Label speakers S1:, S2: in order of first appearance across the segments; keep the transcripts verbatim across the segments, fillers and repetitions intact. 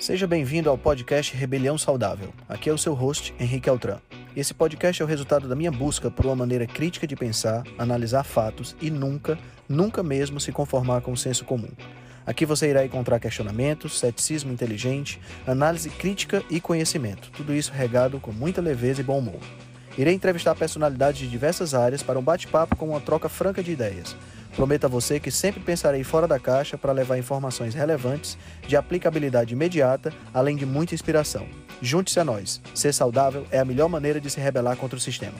S1: Seja bem-vindo ao podcast Rebelião Saudável. Aqui é o seu host, Henrique Altran. Esse podcast é o resultado da minha busca por uma maneira crítica de pensar, analisar fatos e nunca, nunca mesmo se conformar com o senso comum. Aqui você irá encontrar questionamentos, ceticismo inteligente, análise crítica e conhecimento. Tudo isso regado com muita leveza e bom humor. Irei entrevistar personalidades de diversas áreas para um bate-papo com uma troca franca de ideias. Prometo a você que sempre pensarei fora da caixa para levar informações relevantes, de aplicabilidade imediata, além de muita inspiração. Junte-se a nós. Ser saudável é a melhor maneira de se rebelar contra o sistema.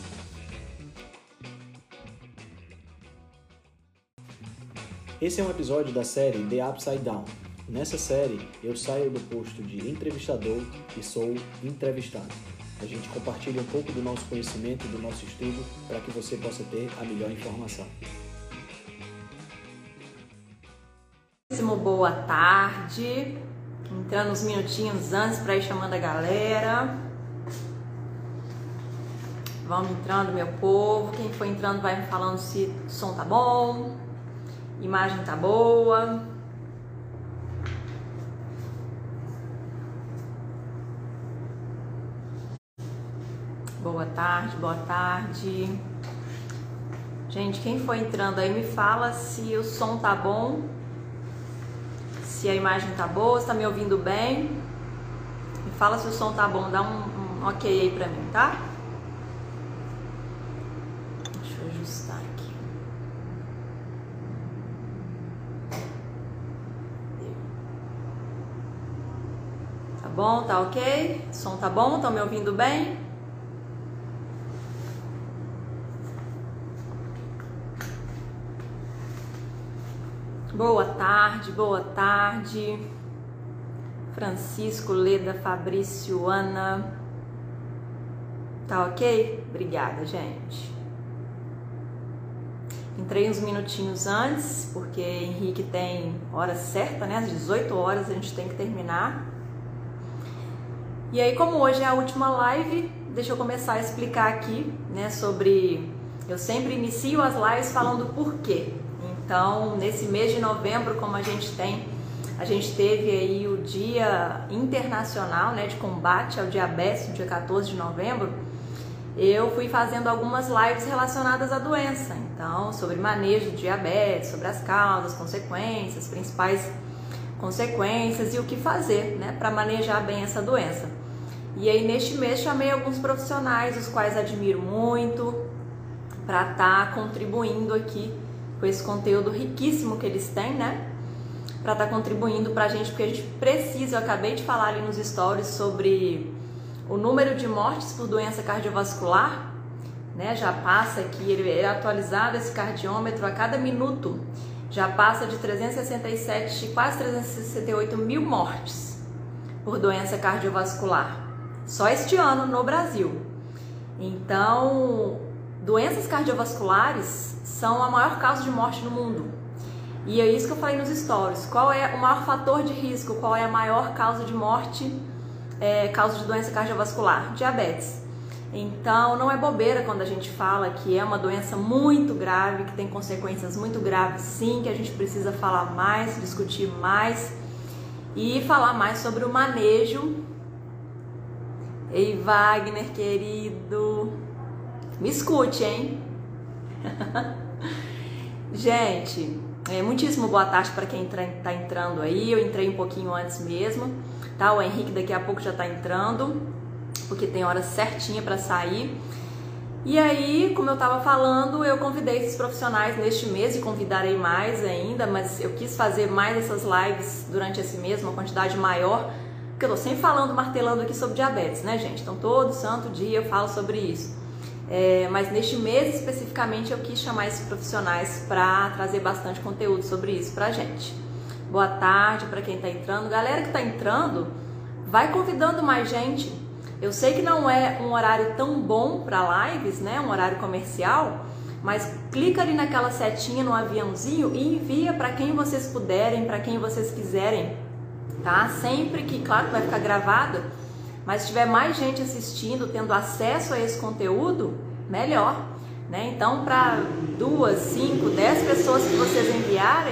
S1: Esse é um episódio da série The Upside Down. Nessa série, eu saio do posto de entrevistador e sou entrevistado. A gente compartilha um pouco do nosso conhecimento e do nosso estudo para que você possa ter a melhor informação.
S2: Boa tarde, entrando uns minutinhos antes para ir chamando a galera. Vamos entrando, meu povo. Quem for entrando vai me falando se o som tá bom, imagem tá boa. Boa tarde, boa tarde. Gente, quem for entrando aí me fala se o som tá bom, se a imagem tá boa, se tá me ouvindo bem. Me fala se o som tá bom, dá um, um ok aí pra mim, tá? Deixa eu ajustar aqui. Tá bom, tá ok? O som tá bom? Estão me ouvindo bem? Boa tarde, boa tarde. Francisco, Leda, Fabrício, Ana. Tá ok? Obrigada, gente. Entrei uns minutinhos antes, porque Henrique tem hora certa, né? Às dezoito horas a gente tem que terminar. E aí, como hoje é a última live, deixa eu começar a explicar aqui, né? Sobre... Eu sempre inicio as lives falando por quê. Então, nesse mês de novembro, como a gente tem, a gente teve aí o Dia Internacional, né, de Combate ao Diabetes, no dia quatorze de novembro, eu fui fazendo algumas lives relacionadas à doença. Então, sobre manejo de diabetes, sobre as causas, consequências, principais consequências e o que fazer, né, para manejar bem essa doença. E aí, neste mês, chamei alguns profissionais, os quais admiro muito, para estar contribuindo aqui com esse conteúdo riquíssimo que eles têm, né? Para estar tá contribuindo para a gente, porque a gente precisa, eu acabei de falar ali nos stories sobre o número de mortes por doença cardiovascular, né? Já passa aqui, ele é atualizado esse cardiômetro a cada minuto, já passa de trezentos e sessenta e sete, quase trezentos e sessenta e oito mil mortes por doença cardiovascular, só este ano no Brasil. Então, doenças cardiovasculares são a maior causa de morte no mundo. E é isso que eu falei nos stories. Qual é o maior fator de risco? Qual é a maior causa de morte, é, causa de doença cardiovascular? Diabetes. Então, não é bobeira quando a gente fala que é uma doença muito grave, que tem consequências muito graves, sim, que a gente precisa falar mais, discutir mais e falar mais sobre o manejo. Ei, Wagner, querido, me escute, hein? Gente, é, muitíssimo boa tarde para quem está entrando aí. Eu entrei um pouquinho antes mesmo, tá? O Henrique daqui a pouco já está entrando, porque tem hora certinha para sair. E aí, como eu estava falando, eu convidei esses profissionais neste mês e convidarei mais ainda, mas eu quis fazer mais essas lives durante esse mês, uma quantidade maior, porque eu tô sempre falando, martelando aqui sobre diabetes, né, gente? Então, todo santo dia eu falo sobre isso. É, mas neste mês especificamente eu quis chamar esses profissionais para trazer bastante conteúdo sobre isso pra gente. Boa tarde para quem tá entrando. Galera que tá entrando, vai convidando mais gente. Eu sei que não é um horário tão bom para lives, né? Um horário comercial, mas clica ali naquela setinha no aviãozinho e envia para quem vocês puderem, para quem vocês quiserem, tá? Sempre que, claro, que vai ficar gravada. Mas se tiver mais gente assistindo, tendo acesso a esse conteúdo, melhor, né? Então, para duas, cinco, dez pessoas que vocês enviarem,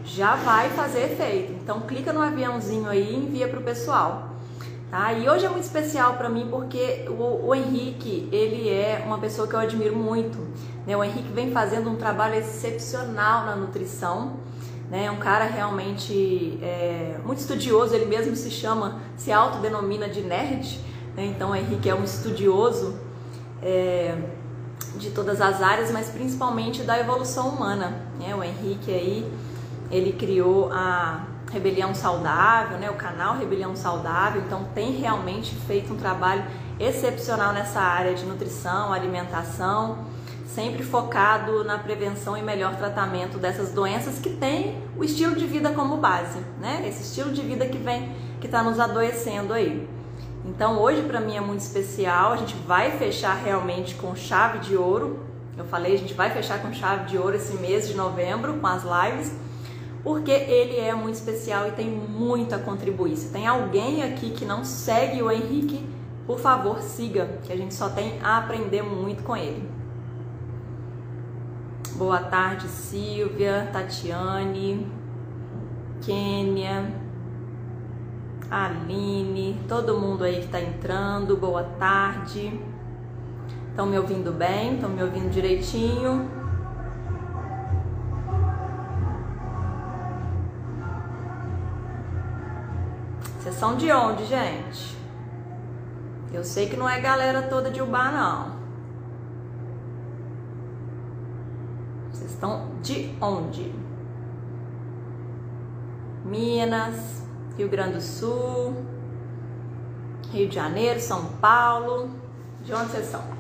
S2: já vai fazer efeito. Então clica no aviãozinho aí e envia para o pessoal. Tá? E hoje é muito especial para mim porque o, o Henrique, ele é uma pessoa que eu admiro muito. Né? O Henrique vem fazendo um trabalho excepcional na nutrição. Né? É um cara realmente é, muito estudioso, ele mesmo se chama, se autodenomina de nerd. Né? Então o Henrique é um estudioso é, de todas as áreas, mas principalmente da evolução humana. Né? O Henrique aí, ele criou a Rebelião Saudável, né? O canal Rebelião Saudável, então tem realmente feito um trabalho excepcional nessa área de nutrição, alimentação, sempre focado na prevenção e melhor tratamento dessas doenças que tem o estilo de vida como base, né? Esse estilo de vida que vem, que está nos adoecendo aí. Então hoje para mim é muito especial, a gente vai fechar realmente com chave de ouro. Eu falei, a gente vai fechar com chave de ouro esse mês de novembro com as lives, porque ele é muito especial e tem muito a contribuir. Se tem alguém aqui que não segue o Henrique, por favor, siga, que a gente só tem a aprender muito com ele. Boa tarde, Silvia, Tatiane, Kênia, Aline, todo mundo aí que está entrando, boa tarde. Estão me ouvindo bem? Estão me ouvindo direitinho? Vocês são de onde, gente? Eu sei que não é galera toda de Ubá, não. Vocês estão de onde? Minas, Rio Grande do Sul, Rio de Janeiro, São Paulo. De onde vocês são?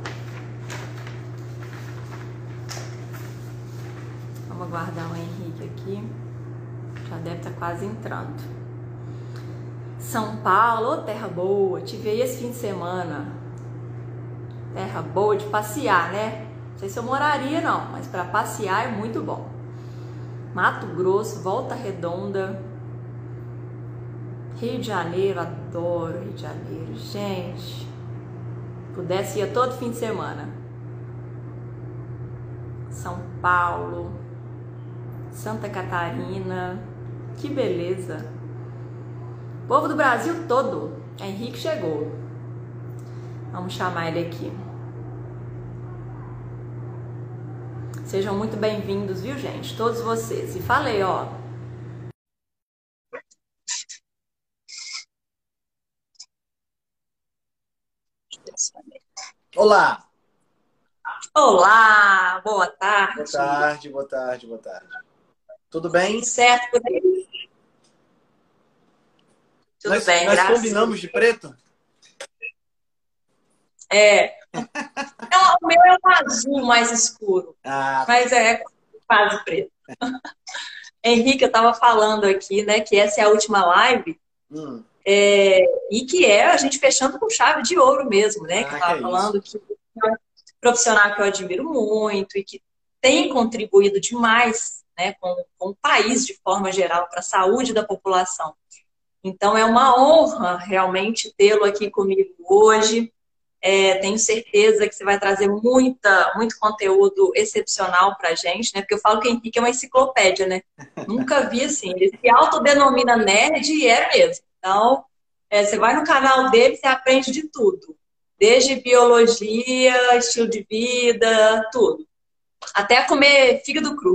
S2: Vamos aguardar o Henrique aqui. Já deve estar quase entrando. São Paulo, oh, terra boa, tive aí esse fim de semana. Terra boa de passear, né? Não sei se eu moraria não, mas para passear é muito bom. Mato Grosso, Volta Redonda, Rio de Janeiro, adoro Rio de Janeiro. Gente, pudesse ir todo fim de semana. São Paulo, Santa Catarina, que beleza. Povo do Brasil todo, Henrique chegou. Vamos chamar ele aqui. Sejam muito bem-vindos, viu, gente? Todos vocês. E falei, ó.
S1: Olá!
S2: Olá! Boa tarde!
S1: Boa tarde, boa tarde, boa tarde. Tudo bem?
S2: Tudo certo por aí? Tudo
S1: nós,
S2: bem,
S1: nós
S2: graças.
S1: combinamos de preto?
S2: É. Não, o meu é um azul mais escuro.
S1: Ah.
S2: Mas é quase preto. Henrique, eu estava falando aqui, né, que essa é a última live. Hum. É, e que é a gente fechando com chave de ouro mesmo, né? Ah, que eu estava falando que é um profissional que eu admiro muito e que tem contribuído demais, né, com, com o país de forma geral, para a saúde da população. Então, é uma honra realmente tê-lo aqui comigo hoje. É, tenho certeza que você vai trazer muita, muito conteúdo excepcional para a gente, né? Porque eu falo que o Henrique é uma enciclopédia, né? Nunca vi assim. Ele se autodenomina nerd e é mesmo. Então, é, você vai no canal dele, você aprende de tudo. Desde biologia, estilo de vida, tudo. Até comer fígado cru.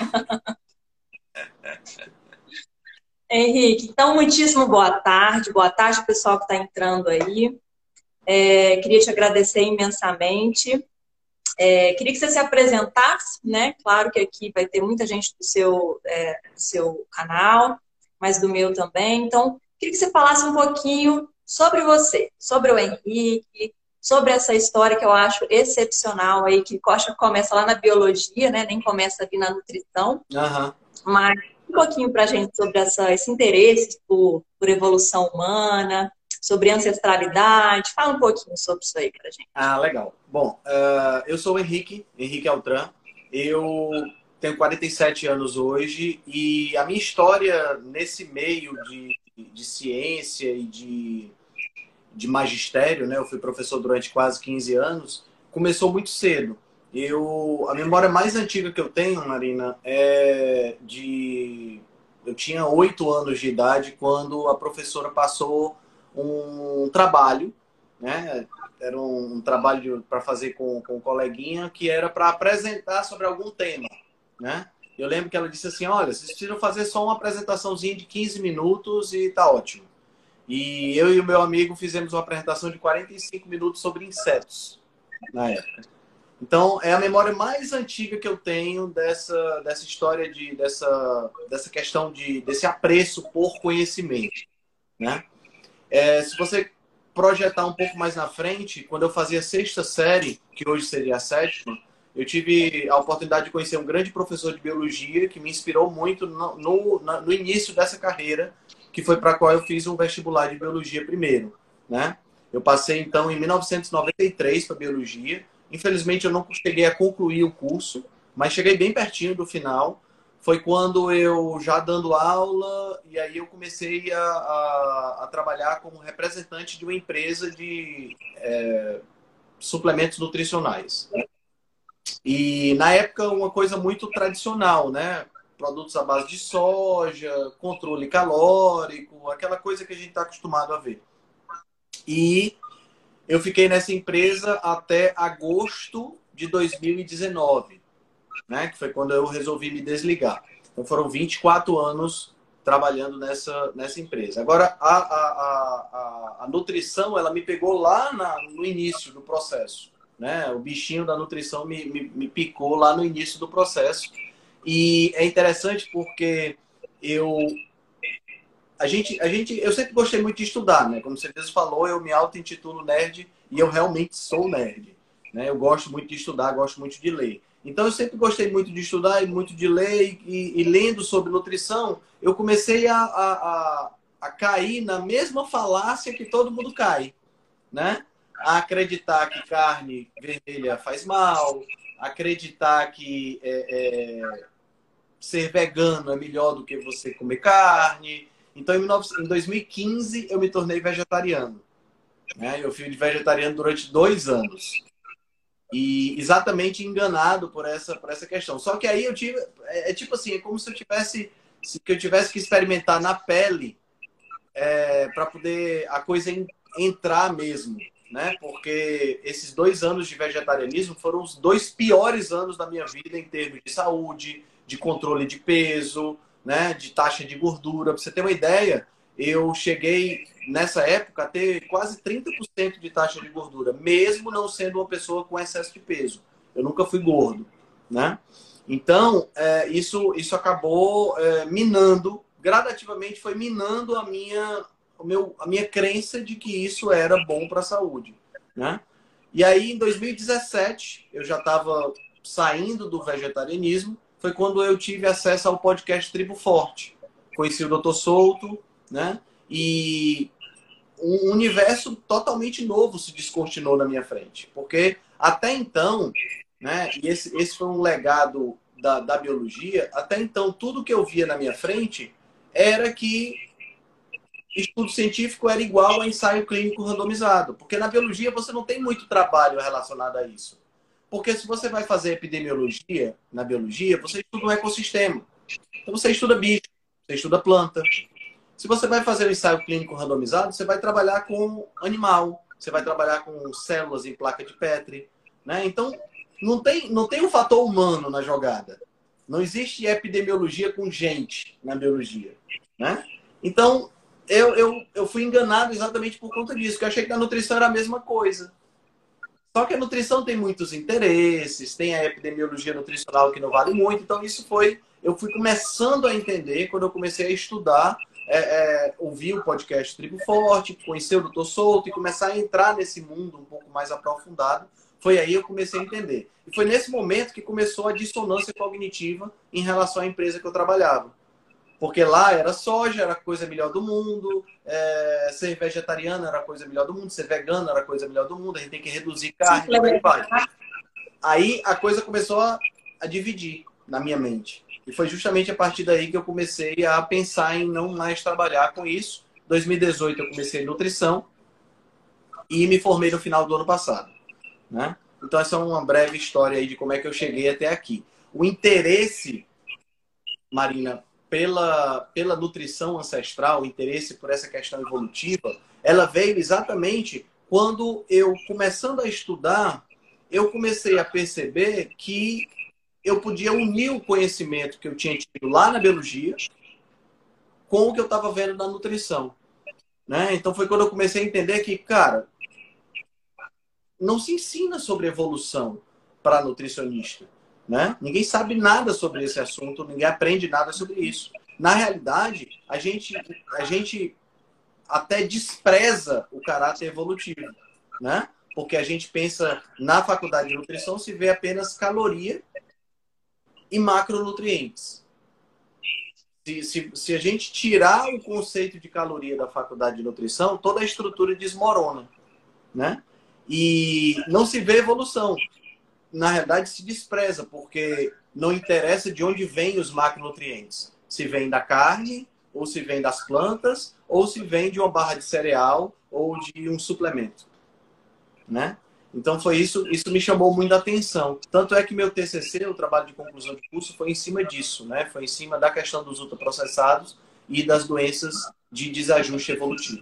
S2: Henrique, então, muitíssimo boa tarde. Boa tarde, pessoal que está entrando aí. É, queria te agradecer imensamente. É, queria que você se apresentasse, né? Claro que aqui vai ter muita gente do seu, é, do seu canal, mas do meu também. Então, queria que você falasse um pouquinho sobre você, sobre o Henrique, sobre essa história que eu acho excepcional aí, que começa lá na biologia, né? Nem começa aqui na nutrição. Uhum. Mas um pouquinho para a gente sobre essa, esse interesse por, por evolução humana, sobre ancestralidade. Fala um pouquinho sobre isso aí pra gente.
S1: Ah, legal. Bom, uh, eu sou o Henrique, Henrique Altran. Eu tenho quarenta e sete anos hoje e a minha história nesse meio de, de ciência e de, de magistério, né? Eu fui professor durante quase quinze anos, começou muito cedo. Eu, a memória mais antiga que eu tenho, Marina, é de eu tinha oito anos de idade quando a professora passou um trabalho, né? Era um, um trabalho para fazer com, com um coleguinha que era para apresentar sobre algum tema, né? Eu lembro que ela disse assim, olha, vocês precisam fazer só uma apresentaçãozinha de quinze minutos e tá ótimo. E eu e o meu amigo fizemos uma apresentação de quarenta e cinco minutos sobre insetos na época. Então, é a memória mais antiga que eu tenho dessa, dessa história, de, dessa, dessa questão de, desse apreço por conhecimento, né? É, se você projetar um pouco mais na frente, quando eu fazia sexta série, que hoje seria a sétima, eu tive a oportunidade de conhecer um grande professor de biologia que me inspirou muito no, no, no início dessa carreira, que foi para a qual eu fiz um vestibular de biologia primeiro, né? Eu passei, então, em mil novecentos e noventa e três para biologia. Infelizmente, eu não cheguei a concluir o curso, mas cheguei bem pertinho do final. Foi quando eu, já dando aula, e aí eu comecei a, a, a trabalhar como representante de uma empresa de é, suplementos nutricionais. E, na época, uma coisa muito tradicional, né? Produtos à base de soja, controle calórico, aquela coisa que a gente está acostumado a ver. E eu fiquei nessa empresa até agosto de dois mil e dezenove, né? Que foi quando eu resolvi me desligar. Então foram vinte e quatro anos trabalhando nessa, nessa empresa. Agora, a, a, a, a nutrição, ela me pegou lá na, no início do processo, né? O bichinho da nutrição me, me, me picou lá no início do processo. E é interessante porque eu... A gente, a gente, eu sempre gostei muito de estudar, né? Como você mesmo falou, eu me auto-intitulo nerd e eu realmente sou nerd, né? Eu gosto muito de estudar, gosto muito de ler. Então, eu sempre gostei muito de estudar e muito de ler. E, e lendo sobre nutrição, eu comecei a, a, a, a cair na mesma falácia que todo mundo cai, né? A acreditar que carne vermelha faz mal, acreditar que é, é, ser vegano é melhor do que você comer carne. Então, em dois mil e quinze, eu me tornei vegetariano, né? Eu fui vegetariano durante dois anos. E exatamente enganado por essa, por essa questão. Só que aí eu tive... É, é tipo assim, é como se eu tivesse, se eu tivesse que experimentar na pele é, para poder a coisa en, entrar mesmo, né? Porque esses dois anos de vegetarianismo foram os dois piores anos da minha vida em termos de saúde, de controle de peso, né, de taxa de gordura. Para você ter uma ideia, eu cheguei, nessa época, a ter quase trinta por cento de taxa de gordura, mesmo não sendo uma pessoa com excesso de peso. Eu nunca fui gordo, né? Então, é, isso, isso acabou é, minando, gradativamente foi minando a minha, o meu, a minha crença de que isso era bom para a saúde, né? E aí, em dois mil e dezessete, eu já estava saindo do vegetarianismo, foi quando eu tive acesso ao podcast Tribo Forte. Conheci o doutor Souto, né? E um universo totalmente novo se descortinou na minha frente. Porque até então, né? E esse, esse foi um legado da, da biologia, até então tudo que eu via na minha frente era que estudo científico era igual a ensaio clínico randomizado. Porque na biologia você não tem muito trabalho relacionado a isso. Porque se você vai fazer epidemiologia na biologia, você estuda um ecossistema. Então você estuda bicho, você estuda planta. Se você vai fazer um ensaio clínico randomizado, você vai trabalhar com animal, você vai trabalhar com células em placa de Petri, né? Então não tem, não tem um fator humano na jogada. Não existe epidemiologia com gente na biologia, né? Então eu, eu, eu fui enganado exatamente por conta disso, que eu achei que a nutrição era a mesma coisa. Só que a nutrição tem muitos interesses, tem a epidemiologia nutricional que não vale muito. Então, isso foi... Eu fui começando a entender quando eu comecei a estudar, é, é, ouvir o podcast Tribo Forte, conhecer o doutor Souto e começar a entrar nesse mundo um pouco mais aprofundado. Foi aí que eu comecei a entender. E foi nesse momento que começou a dissonância cognitiva em relação à empresa que eu trabalhava. Porque lá era soja, era a coisa melhor do mundo, é, ser vegetariano era a coisa melhor do mundo, ser vegano era a coisa melhor do mundo, a gente tem que reduzir carne, por aí vai. Aí a coisa começou a, a dividir na minha mente. E foi justamente a partir daí que eu comecei a pensar em não mais trabalhar com isso. Em dois mil e dezoito eu comecei em nutrição e me formei no final do ano passado, né? Então essa é uma breve história aí de como é que eu cheguei até aqui. O interesse, Marina, pela, pela nutrição ancestral, o interesse por essa questão evolutiva, ela veio exatamente quando eu, começando a estudar, eu comecei a perceber que eu podia unir o conhecimento que eu tinha tido lá na biologia com o que eu estava vendo na nutrição, né? Então foi quando eu comecei a entender que, cara, não se ensina sobre evolução para nutricionista, né? Ninguém sabe nada sobre esse assunto, ninguém aprende nada sobre isso. Na realidade, a gente, a gente até despreza o caráter evolutivo, né? Porque a gente pensa na faculdade de nutrição se vê apenas caloria e macronutrientes. Se, se, se a gente tirar o conceito de caloria da faculdade de nutrição, toda a estrutura desmorona, né? E não se vê evolução. Na realidade, se despreza, porque não interessa de onde vêm os macronutrientes. Se vem da carne, ou se vem das plantas, ou se vem de uma barra de cereal ou de um suplemento, né? Então foi isso, isso me chamou muita atenção. Tanto é que meu T C C, o trabalho de conclusão de curso, foi em cima disso, né? Foi em cima da questão dos ultraprocessados e das doenças de desajuste evolutivo.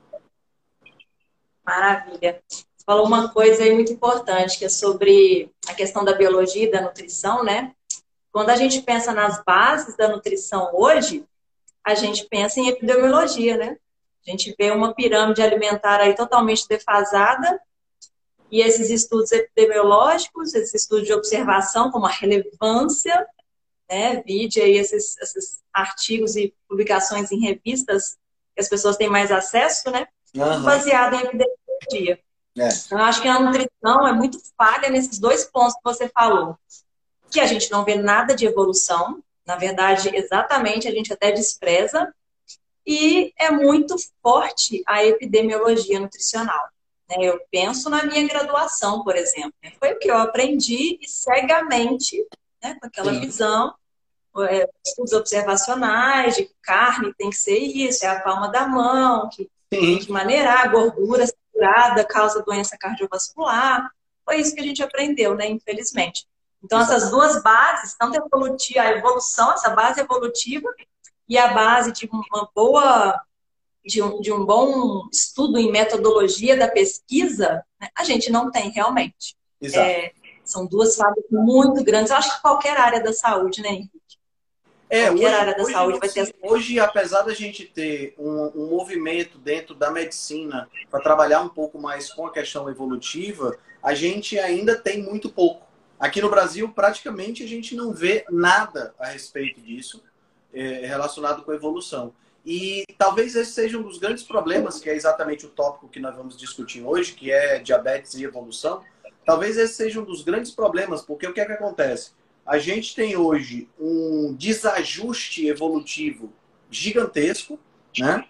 S2: Maravilha. Você falou uma coisa aí muito importante, que é sobre a questão da biologia e da nutrição, né? Quando a gente pensa nas bases da nutrição hoje, a gente pensa em epidemiologia, né? A gente vê uma pirâmide alimentar aí totalmente defasada e esses estudos epidemiológicos, esses estudos de observação, como a relevância, né? Vide aí esses, esses artigos e publicações em revistas que as pessoas têm mais acesso, né?
S1: Uhum.
S2: Baseado em epidemiologia.
S1: É.
S2: Então, eu acho que a nutrição é muito falha nesses dois pontos que você falou. Que a gente não vê nada de evolução, na verdade, exatamente, a gente até despreza, e é muito forte a epidemiologia nutricional. Eu penso na minha graduação, por exemplo. Foi o que eu aprendi e cegamente, né, com aquela
S1: Sim.
S2: visão, é, estudos observacionais, de carne tem que ser isso, é a palma da mão, que Sim. tem que maneirar, gordura saturada causa doença cardiovascular. Foi isso que a gente aprendeu, né, infelizmente. Então, essas duas bases, tanto a evolutiva, a evolução, essa base evolutiva e a base de uma boa, de um, de um bom estudo em metodologia da pesquisa, né, a gente não tem realmente.
S1: Exato.
S2: É, são duas falhas muito grandes. Eu acho que qualquer área da saúde, né, Henrique?
S1: É,
S2: qualquer
S1: hoje,
S2: área da
S1: hoje,
S2: saúde vai ter essa...
S1: hoje, apesar da gente ter um, um movimento dentro da medicina para trabalhar um pouco mais com a questão evolutiva, a gente ainda tem muito pouco. Aqui no Brasil, praticamente, a gente não vê nada a respeito disso é, relacionado com a evolução. E talvez esse seja um dos grandes problemas, que é exatamente o tópico que nós vamos discutir hoje, que é diabetes e evolução. Talvez esse seja um dos grandes problemas, porque o que é que acontece? A gente tem hoje um desajuste evolutivo gigantesco, né?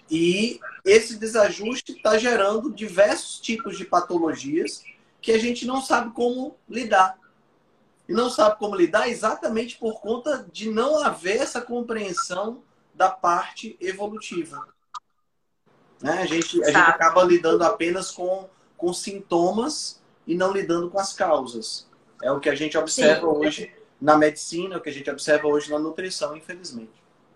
S1: E esse desajuste está gerando diversos tipos de patologias que a gente não sabe como lidar. E não sabe como lidar exatamente por conta de não haver essa compreensão da parte evolutiva. Né? A gente, a gente acaba lidando apenas com, com sintomas e não lidando com as causas. É o que a gente observa Sim. hoje na medicina, é o que a gente observa hoje na nutrição, infelizmente.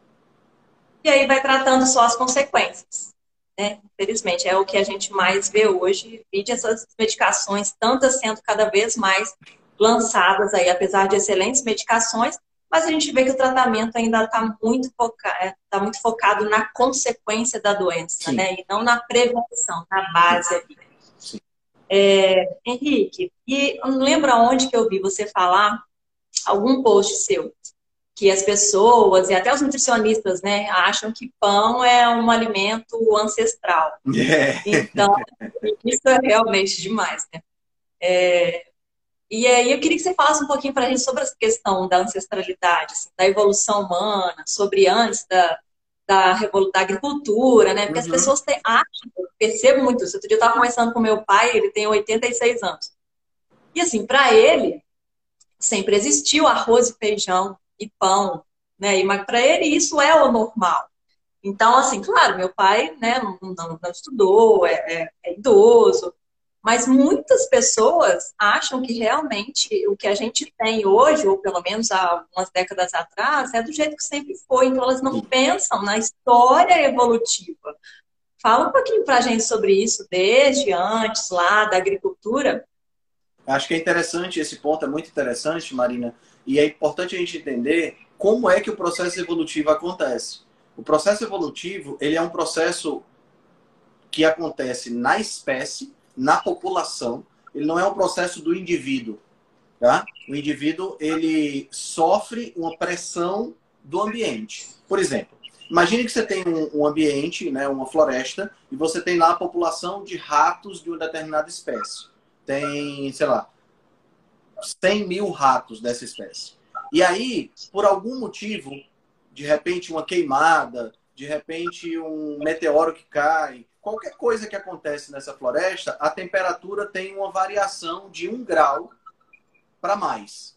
S2: E aí vai tratando só as consequências. Né? Infelizmente, é o que a gente mais vê hoje, e essas medicações, tantas sendo cada vez mais lançadas aí, apesar de excelentes medicações, mas a gente vê que o tratamento ainda está muito, foca tá muito focado na consequência da doença, né? E não na prevenção, na base ali. É, Henrique, e eu não lembro aonde que eu vi você falar, algum post seu, que as pessoas, e até os nutricionistas, né, acham que pão é um alimento ancestral. Yeah. Então, isso é realmente demais, né? É, e aí eu queria que você falasse um pouquinho para a gente sobre essa questão da ancestralidade, assim, da evolução humana, sobre antes da, da, da agricultura, né? Porque uhum. as pessoas têm, acham, eu percebo muito isso. Outro dia eu estava conversando com meu pai, ele tem oitenta e seis anos. E assim, para ele, sempre existiu arroz e feijão e pão, né? E para ele isso é o normal. Então, assim, claro, meu pai, né, não, não, não estudou, é, é, é idoso, Mas muitas pessoas acham que realmente o que a gente tem hoje, ou pelo menos há algumas décadas atrás, é do jeito que sempre foi. Então, elas não pensam na história evolutiva. Fala um pouquinho para a gente sobre isso, desde antes lá da agricultura.
S1: Acho que é interessante, esse ponto é muito interessante, Marina, e é importante a gente entender como é que o processo evolutivo acontece. O processo evolutivo, ele é um processo que acontece na espécie, na população, ele não é um processo do indivíduo, tá? O indivíduo, ele sofre uma pressão do ambiente. Por exemplo, imagine que você tem um, um ambiente, né, uma floresta, e você tem lá a população de ratos de uma determinada espécie. Tem, sei lá, cem mil ratos dessa espécie. E aí, por algum motivo, de repente uma queimada, de repente um meteoro que cai, qualquer coisa que acontece nessa floresta, a temperatura tem uma variação de um grau para mais.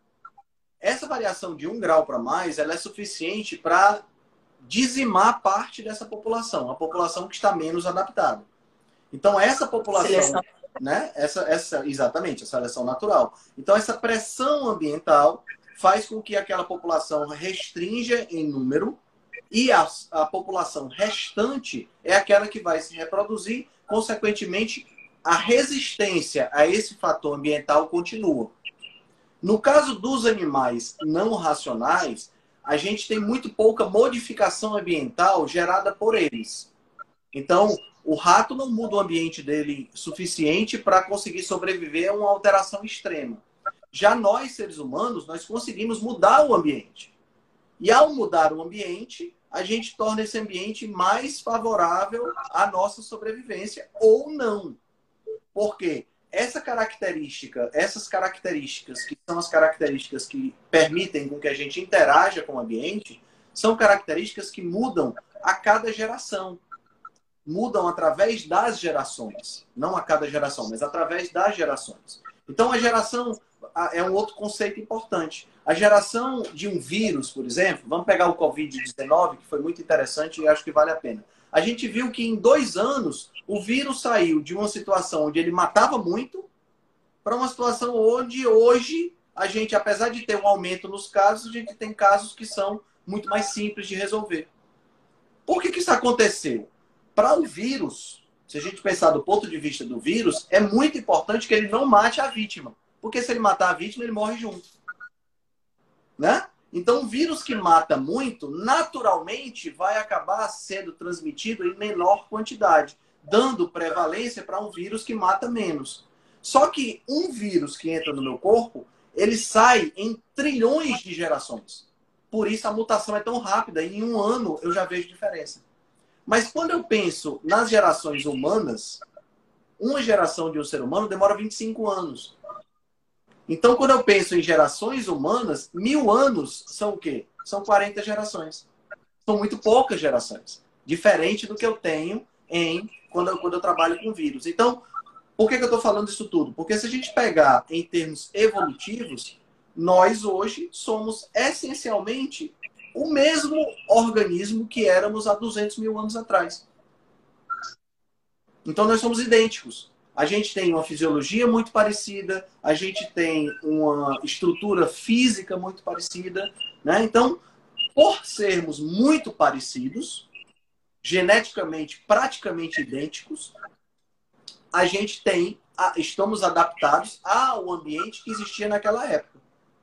S1: Essa variação de um grau para mais, ela é suficiente para dizimar parte dessa população, a população que está menos adaptada. Então, essa população... Seleção. Né? Essa, essa, exatamente, a seleção natural. Então, essa pressão ambiental faz com que aquela população restrinja em número e a, a população restante é aquela que vai se reproduzir. Consequentemente, a resistência a esse fator ambiental continua. No caso dos animais não racionais, a gente tem muito pouca modificação ambiental gerada por eles. Então, o rato não muda o ambiente dele suficiente para conseguir sobreviver a uma alteração extrema. Já nós, seres humanos, nós conseguimos mudar o ambiente. E ao mudar o ambiente, a gente torna esse ambiente mais favorável à nossa sobrevivência ou não. Por quê? Essa característica, essas características, que são as características que permitem com que a gente interaja com o ambiente, são características que mudam a cada geração. Mudam através das gerações. Não a cada geração, mas através das gerações. Então, a geração é um outro conceito importante. A geração de um vírus, por exemplo, vamos pegar o covid dezenove, que foi muito interessante e acho que vale a pena. A gente viu que em dois anos o vírus saiu de uma situação onde ele matava muito para uma situação onde hoje a gente, apesar de ter um aumento nos casos, a gente tem casos que são muito mais simples de resolver. Por que que isso aconteceu? Para o vírus, se a gente pensar do ponto de vista do vírus, é muito importante que ele não mate a vítima. Porque se ele matar a vítima, ele morre junto. Né? Então, um vírus que mata muito, naturalmente, vai acabar sendo transmitido em menor quantidade, dando prevalência para um vírus que mata menos. Só que um vírus que entra no meu corpo, ele sai em trilhões de gerações. Por isso a mutação é tão rápida. Em um ano eu já vejo diferença. Mas quando eu penso nas gerações humanas, uma geração de um ser humano demora vinte e cinco anos. Então, quando eu penso em gerações humanas, mil anos são o quê? São quarenta gerações. São muito poucas gerações. Diferente do que eu tenho em quando eu, quando eu trabalho com vírus. Então, por que que eu estou falando isso tudo? Porque se a gente pegar em termos evolutivos, nós hoje somos essencialmente o mesmo organismo que éramos há duzentos mil anos atrás. Então, nós somos idênticos. A gente tem uma fisiologia muito parecida, a gente tem uma estrutura física muito parecida, né? Então, por sermos muito parecidos, geneticamente praticamente idênticos, a gente tem, estamos adaptados ao ambiente que existia naquela época.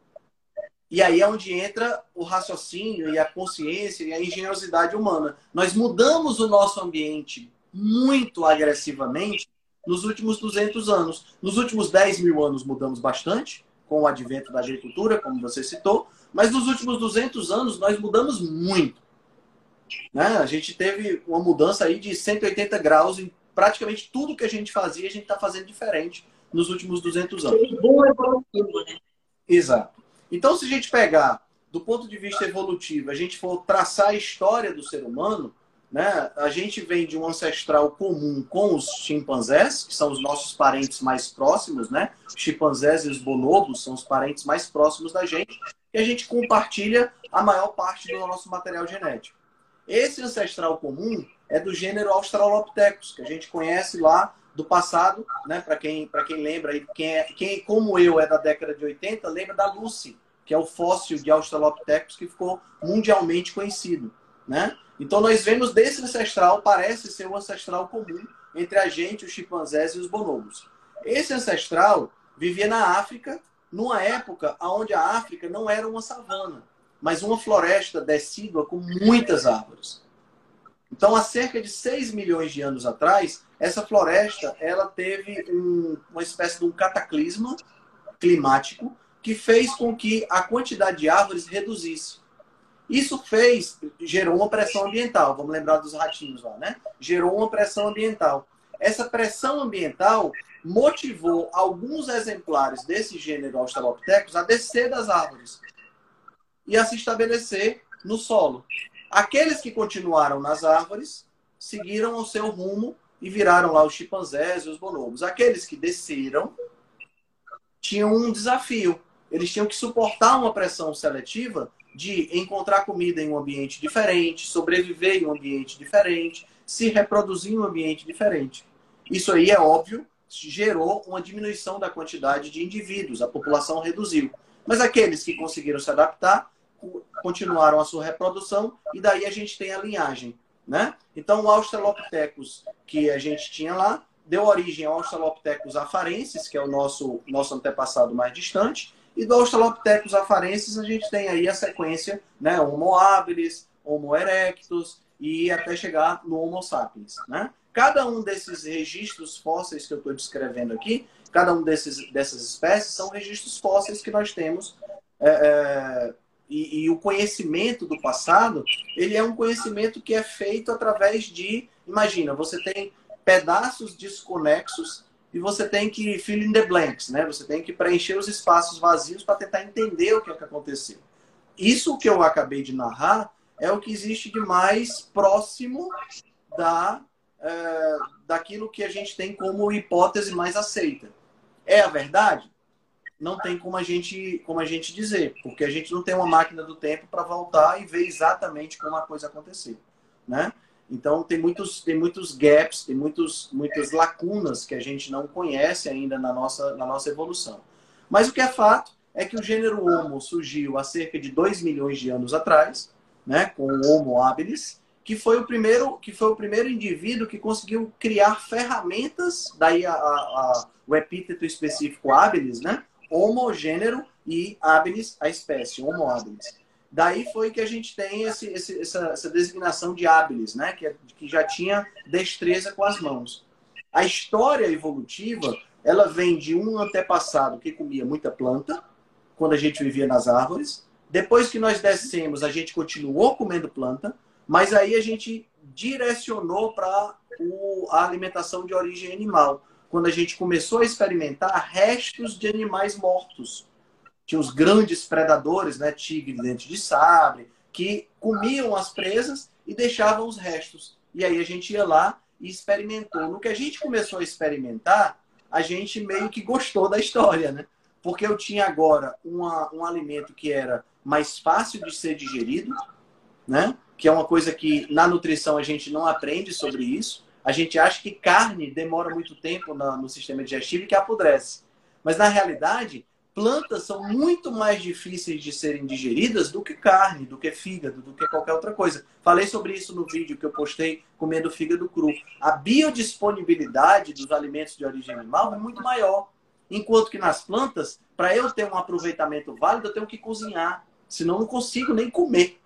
S1: E aí é onde entra o raciocínio e a consciência e a engenhosidade humana. Nós mudamos o nosso ambiente muito agressivamente nos últimos duzentos anos. Nos últimos dez mil anos mudamos bastante, com o advento da agricultura, como você citou, mas nos últimos duzentos anos nós mudamos muito. Né? A gente teve uma mudança aí de cento e oitenta graus em praticamente tudo que a gente fazia, a gente está fazendo diferente nos últimos duzentos anos.
S2: Bom evolutivo, né?
S1: Exato. Então, se a gente pegar do ponto de vista evolutivo, a gente for traçar a história do ser humano, né, a gente vem de um ancestral comum com os chimpanzés, que são os nossos parentes mais próximos, né? Os chimpanzés e os bonobos são os parentes mais próximos da gente, e a gente compartilha a maior parte do nosso material genético. Esse ancestral comum é do gênero Australopithecus, que a gente conhece lá do passado, né? Para quem, para quem lembra, quem, é, quem como eu é da década de oitenta, lembra da Lucy, que é o fóssil de Australopithecus que ficou mundialmente conhecido, né? Então nós vemos desse ancestral, parece ser um ancestral comum entre a gente, os chimpanzés e os bonobos. Esse ancestral vivia na África, numa época onde a África não era uma savana, mas uma floresta decídua com muitas árvores. Então, há cerca de seis milhões de anos atrás, essa floresta ela teve um, uma espécie de um cataclisma climático que fez com que a quantidade de árvores reduzisse. Isso fez, gerou uma pressão ambiental. Vamos lembrar dos ratinhos lá, né? Gerou uma pressão ambiental. Essa pressão ambiental motivou alguns exemplares desse gênero Australopithecus a descer das árvores e a se estabelecer no solo. Aqueles que continuaram nas árvores seguiram o seu rumo e viraram lá os chimpanzés e os bonobos. Aqueles que desceram tinham um desafio. Eles tinham que suportar uma pressão seletiva de encontrar comida em um ambiente diferente, sobreviver em um ambiente diferente, se reproduzir em um ambiente diferente. Isso aí é óbvio, gerou uma diminuição da quantidade de indivíduos, a população reduziu. Mas aqueles que conseguiram se adaptar continuaram a sua reprodução e daí a gente tem a linhagem, né? Então o Australopithecus que a gente tinha lá deu origem ao Australopithecus afarensis, que é o nosso, nosso antepassado mais distante, e do Australopithecus afarensis a gente tem aí a sequência, né? Homo habilis, Homo erectus e até chegar no Homo sapiens, né? Cada um desses registros fósseis que eu estou descrevendo aqui, cada um desses, dessas espécies são registros fósseis que nós temos é, é, e, e o conhecimento do passado, ele é um conhecimento que é feito através de, imagina, você tem pedaços desconexos e você tem que fill in the blanks, né? Você tem que preencher os espaços vazios para tentar entender o que, é que aconteceu. Isso que eu acabei de narrar é o que existe de mais próximo da, é, daquilo que a gente tem como hipótese mais aceita. É a verdade? Não tem como a gente, como a gente dizer, porque a gente não tem uma máquina do tempo para voltar e ver exatamente como a coisa aconteceu, né? Então, tem muitos, tem muitos gaps, tem muitos, muitas lacunas que a gente não conhece ainda na nossa, na nossa evolução. Mas o que é fato é que o gênero Homo surgiu há cerca de dois milhões de anos atrás, né, com o Homo habilis, que foi o primeiro, que foi o primeiro indivíduo que conseguiu criar ferramentas, daí a, a, a, o epíteto específico habilis, né, Homo, gênero, e habilis, a espécie, Homo habilis. Daí foi que a gente tem esse, esse, essa, essa designação de habilis, né? que, que já tinha destreza com as mãos. A história evolutiva, ela vem de um antepassado que comia muita planta, quando a gente vivia nas árvores. Depois que nós descemos, a gente continuou comendo planta, mas aí a gente direcionou para a alimentação de origem animal, quando a gente começou a experimentar restos de animais mortos. Tinha os grandes predadores, né, tigre, dente de sabre, que comiam as presas e deixavam os restos. E aí a gente ia lá e experimentou. No que a gente começou a experimentar, a gente meio que gostou da história, né? Porque eu tinha agora uma, um alimento que era mais fácil de ser digerido, né? Que é uma coisa que na nutrição a gente não aprende sobre isso. A gente acha que carne demora muito tempo no, no sistema digestivo e que apodrece. Mas na realidade, plantas são muito mais difíceis de serem digeridas do que carne, do que fígado, do que qualquer outra coisa. Falei sobre isso no vídeo que eu postei comendo fígado cru. A biodisponibilidade dos alimentos de origem animal é muito maior. Enquanto que nas plantas, para eu ter um aproveitamento válido, eu tenho que cozinhar. Senão eu não consigo nem comer.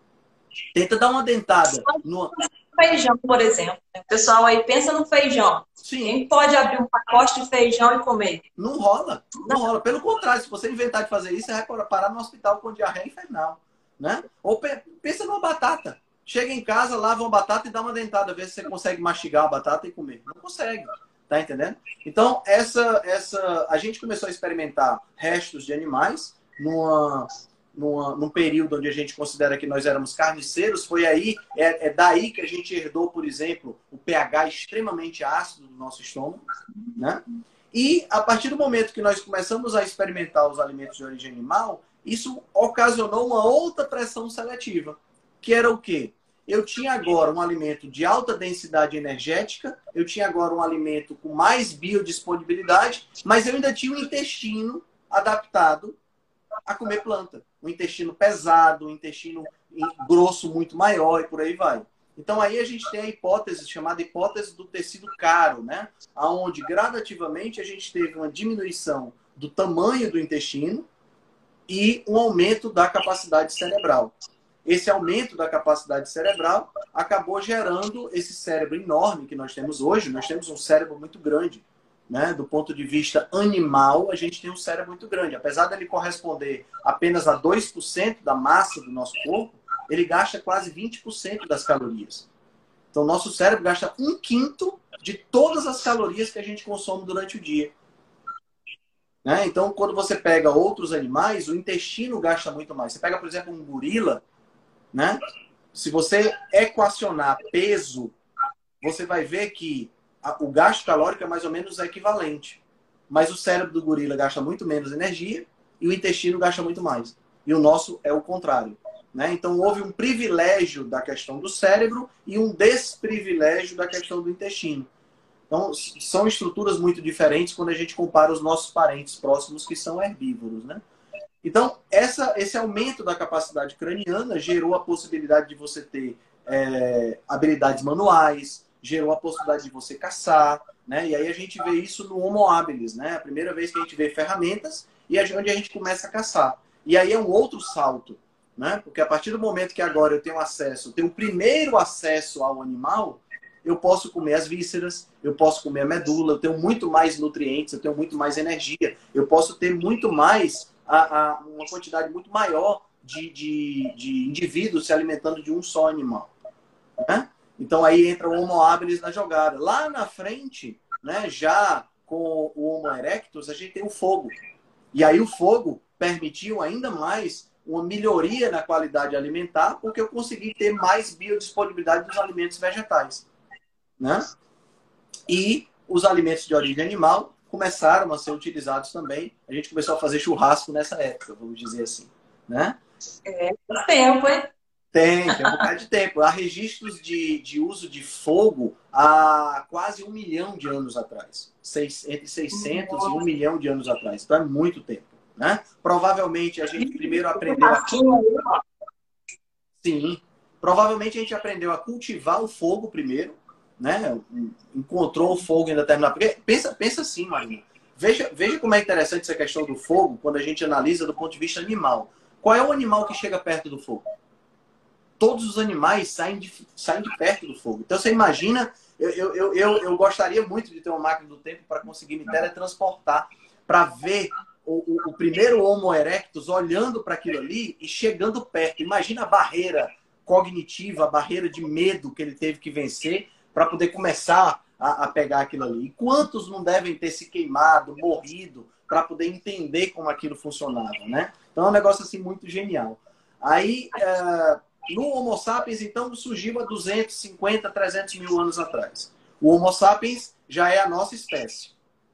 S1: Tenta dar uma dentada no
S2: feijão, por exemplo. O pessoal aí pensa no feijão.
S1: Sim.
S2: Quem pode abrir um pacote de feijão e comer?
S1: Não rola, não rola. Pelo contrário, se você inventar de fazer isso, você vai parar no hospital com diarreia infernal, né? Ou pensa numa batata. Chega em casa, lava uma batata e dá uma dentada, vê se você consegue mastigar a batata e comer. Não consegue, tá entendendo? Então, essa, essa, a gente começou a experimentar restos de animais numa... Numa, num período onde a gente considera que nós éramos carniceiros, foi aí, é, é daí que a gente herdou, por exemplo, o pH extremamente ácido do nosso estômago, né? E a partir do momento que nós começamos a experimentar os alimentos de origem animal, isso ocasionou uma outra pressão seletiva, que era o quê? eu tinha agora um alimento de alta densidade energética, eu tinha agora um alimento com mais biodisponibilidade, mas eu ainda tinha um intestino adaptado a comer planta. Um intestino pesado, um intestino grosso muito maior e por aí vai. Então aí a gente tem a hipótese chamada hipótese do tecido caro, né? Onde gradativamente a gente teve uma diminuição do tamanho do intestino e um aumento da capacidade cerebral. Esse aumento da capacidade cerebral acabou gerando esse cérebro enorme que nós temos hoje. Nós temos um cérebro muito grande, né? Do ponto de vista animal, a gente tem um cérebro muito grande. Apesar dele corresponder apenas a dois por cento da massa do nosso corpo, ele gasta quase vinte por cento das calorias. Então, o nosso cérebro gasta um quinto de todas as calorias que a gente consome durante o dia. Né? Então, quando você pega outros animais, o intestino gasta muito mais. Você pega, por exemplo, um gorila, né? Se você equacionar peso, você vai ver que a, o gasto calórico é mais ou menos equivalente. Mas o cérebro do gorila gasta muito menos energia e o intestino gasta muito mais. E o nosso é o contrário. Né? Então, houve um privilégio da questão do cérebro e um desprivilégio da questão do intestino. Então, são estruturas muito diferentes quando a gente compara os nossos parentes próximos que são herbívoros, né? Então, essa, esse aumento da capacidade craniana gerou a possibilidade de você ter é, habilidades manuais, gerou a possibilidade de você caçar, né? E aí a gente vê isso no Homo habilis, né? A primeira vez que a gente vê ferramentas e onde a gente começa a caçar. E aí é um outro salto, né? Porque a partir do momento que agora eu tenho acesso, eu tenho o primeiro acesso ao animal, eu posso comer as vísceras, eu posso comer a medula, eu tenho muito mais nutrientes, eu tenho muito mais energia, eu posso ter muito mais, a, a, uma quantidade muito maior de, de, de indivíduos se alimentando de um só animal. Né? Então aí entra o Homo habilis na jogada. Lá na frente, né, já com o Homo erectus, a gente tem o fogo. E aí o fogo permitiu ainda mais uma melhoria na qualidade alimentar, porque eu consegui ter mais biodisponibilidade dos alimentos vegetais. Né? E os alimentos de origem animal começaram a ser utilizados também. A gente começou a fazer churrasco nessa época, vamos dizer assim. Né?
S2: É, tempo, hein?
S1: Tem, tem um bocado de tempo. Há registros de, de uso de fogo há quase um milhão de anos atrás. Seis, entre seiscentos e um milhão de anos atrás. Então é muito tempo. Né? Provavelmente a gente primeiro aprendeu a... Sim. Provavelmente a gente aprendeu a cultivar o fogo primeiro, né? Encontrou o fogo em determinado... Porque pensa, pensa assim, Marina. Veja, veja como é interessante essa questão do fogo quando a gente analisa do ponto de vista animal. Qual é o animal que chega perto do fogo? Todos os animais saem de, saem de perto do fogo. Então você imagina... Eu, eu, eu, eu gostaria muito de ter uma máquina do tempo para conseguir me teletransportar, para ver o, o, o primeiro Homo erectus olhando para aquilo ali e chegando perto. Imagina a barreira cognitiva, a barreira de medo que ele teve que vencer para poder começar a, a pegar aquilo ali. E quantos não devem ter se queimado, morrido, para poder entender como aquilo funcionava, né? Então é um negócio assim muito genial. Aí, é, no Homo sapiens, então, surgiu há duzentos e cinquenta, trezentos mil anos atrás. O Homo sapiens já é a nossa espécie,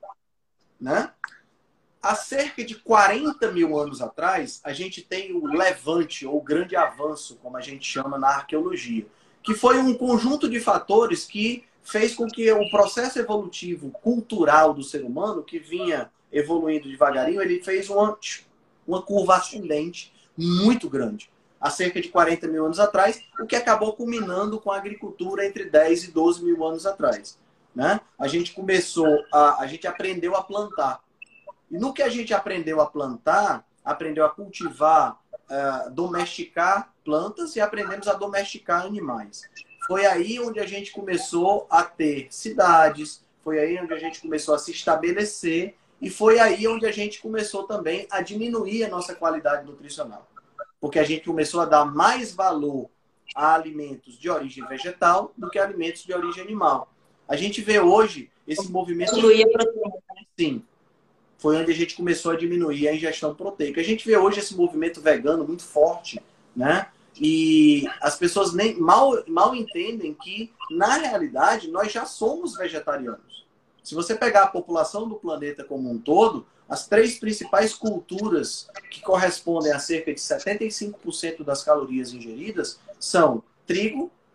S1: né? Há cerca de quarenta mil anos atrás, a gente tem o levante, ou o grande avanço, como a gente chama na arqueologia, que foi um conjunto de fatores que fez com que o processo evolutivo cultural do ser humano, que vinha evoluindo devagarinho, ele fez uma, uma curva ascendente muito grande, há cerca de quarenta mil anos atrás, o que acabou culminando com a agricultura entre dez e doze mil anos atrás. Né? A gente começou, a, a gente aprendeu a plantar. E no que a gente aprendeu a plantar, aprendeu a cultivar, uh, domesticar plantas e aprendemos a domesticar animais. Foi aí onde a gente começou a ter cidades, foi aí onde a gente começou a se estabelecer e foi aí onde a gente começou também a diminuir a nossa qualidade nutricional. Porque a gente começou a dar mais valor a alimentos de origem vegetal do que a alimentos de origem animal. A gente vê hoje esse movimento...
S2: Diminuir a proteína.
S1: Sim. Foi onde a gente começou a diminuir a ingestão proteica. A gente vê hoje esse movimento vegano muito forte, né? E as pessoas nem mal, mal entendem que, na realidade, nós já somos vegetarianos. Se você pegar a população do planeta como um todo, as três principais culturas que correspondem a cerca de setenta e cinco por cento das calorias ingeridas são trigo,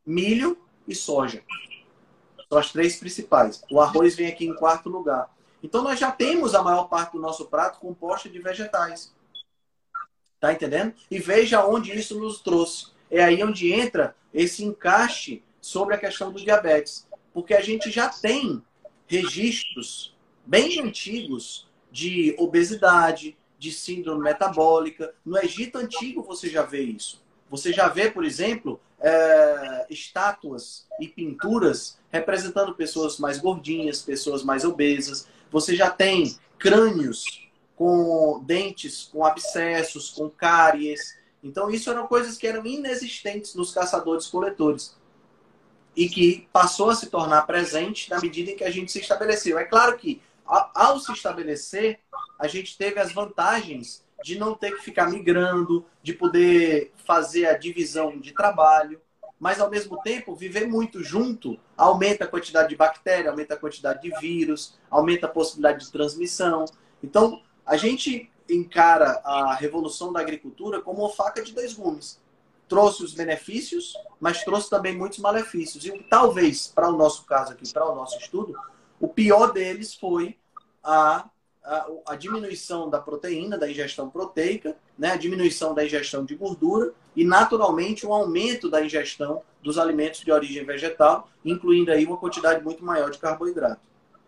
S1: milho e soja. São as três principais. O arroz vem aqui em quarto lugar. Então, nós já temos a maior parte do nosso prato composta de vegetais. Tá entendendo? E veja onde isso nos trouxe. É aí onde entra esse encaixe sobre a questão do diabetes. Porque a gente já tem registros bem antigos de obesidade, de síndrome metabólica. No Egito Antigo você já vê isso. Você já vê, por exemplo, é, estátuas e pinturas representando pessoas mais gordinhas, pessoas mais obesas. Você já tem crânios com dentes, com abscessos, com cáries. Então, isso eram coisas que eram inexistentes nos caçadores-coletores e que passou a se tornar presente na medida em que a gente se estabeleceu. É claro que, ao se estabelecer, a gente teve as vantagens de não ter que ficar migrando, de poder fazer a divisão de trabalho, mas, ao mesmo tempo, viver muito junto aumenta a quantidade de bactéria, aumenta a quantidade de vírus, aumenta a possibilidade de transmissão. Então, a gente encara a revolução da agricultura como uma faca de dois gumes. Trouxe os benefícios, mas trouxe também muitos malefícios. E talvez, para o nosso caso aqui, para o nosso estudo, o pior deles foi a, a, a diminuição da proteína, da ingestão proteica, né? A diminuição da ingestão de gordura e, naturalmente, um aumento da ingestão dos alimentos de origem vegetal, incluindo aí uma quantidade muito maior de carboidrato.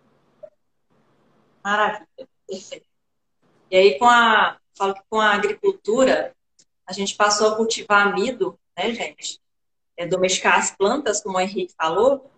S2: Maravilha, perfeito. E aí, com a, falo que com a agricultura, a gente passou a cultivar amido, né, gente? É, domesticar as plantas, como o Henrique falou,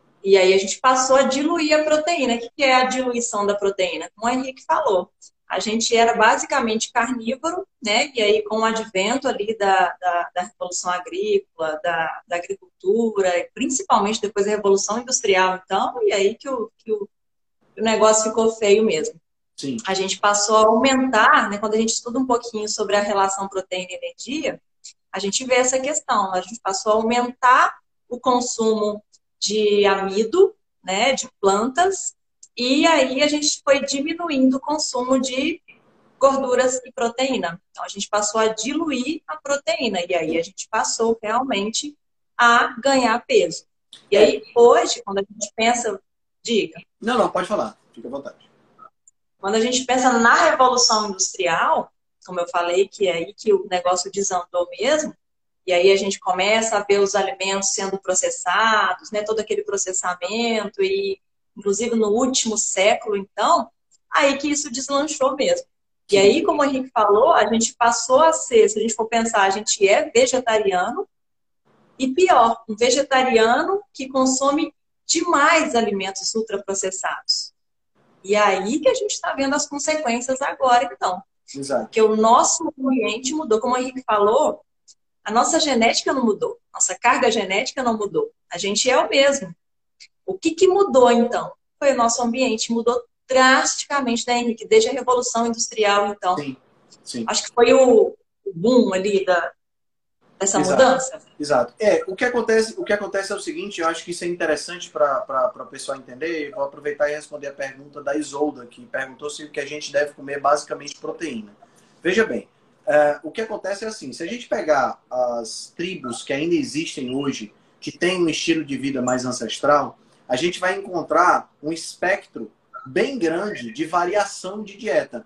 S2: e aí a gente passou a diluir a proteína. O que é a diluição da proteína? Como o Henrique falou, a gente era basicamente carnívoro, né? E aí, com o advento ali da, da, da Revolução Agrícola, da, da agricultura, principalmente depois da Revolução Industrial, então, e aí que o, que o, o negócio ficou feio mesmo.
S1: Sim.
S2: A gente passou a aumentar, né, quando a gente estuda um pouquinho sobre a relação proteína e energia, a gente vê essa questão. A gente passou a aumentar o consumo de amido, né, de plantas, e aí a gente foi diminuindo o consumo de gorduras e proteína. Então, a gente passou a diluir a proteína, e aí a gente passou realmente a ganhar peso. E aí, hoje, quando a gente pensa... Diga.
S1: Não, não, pode falar. Fica à vontade.
S2: Quando a gente pensa na Revolução Industrial, como eu falei, que é aí que o negócio desandou mesmo, e aí a gente começa a ver os alimentos sendo processados, né, todo aquele processamento, e inclusive no último século, então, aí que isso deslanchou mesmo. E aí, como o Henrique falou, a gente passou a ser, se a gente for pensar, a gente é vegetariano, e pior, um vegetariano que consome demais alimentos ultraprocessados. E aí que a gente está vendo as consequências agora, então.
S1: Exato.
S2: Porque o nosso ambiente mudou. Como o Henrique falou, a nossa genética não mudou. Nossa carga genética não mudou. A gente é o mesmo. O que, que mudou, então? Foi o nosso ambiente. Mudou drasticamente, né, Henrique? Desde a Revolução Industrial, então.
S1: Sim, sim.
S2: Acho que foi o boom ali da, dessa
S1: Exato.
S2: mudança.
S1: Exato. É, o que acontece, o que acontece é o seguinte, eu acho que isso é interessante para o pessoal entender. Eu vou aproveitar e responder a pergunta da Isolda, que perguntou se o que a gente deve comer é basicamente proteína. Veja bem, é, o que acontece é assim, se a gente pegar as tribos que ainda existem hoje, que têm um estilo de vida mais ancestral, a gente vai encontrar um espectro bem grande de variação de dieta.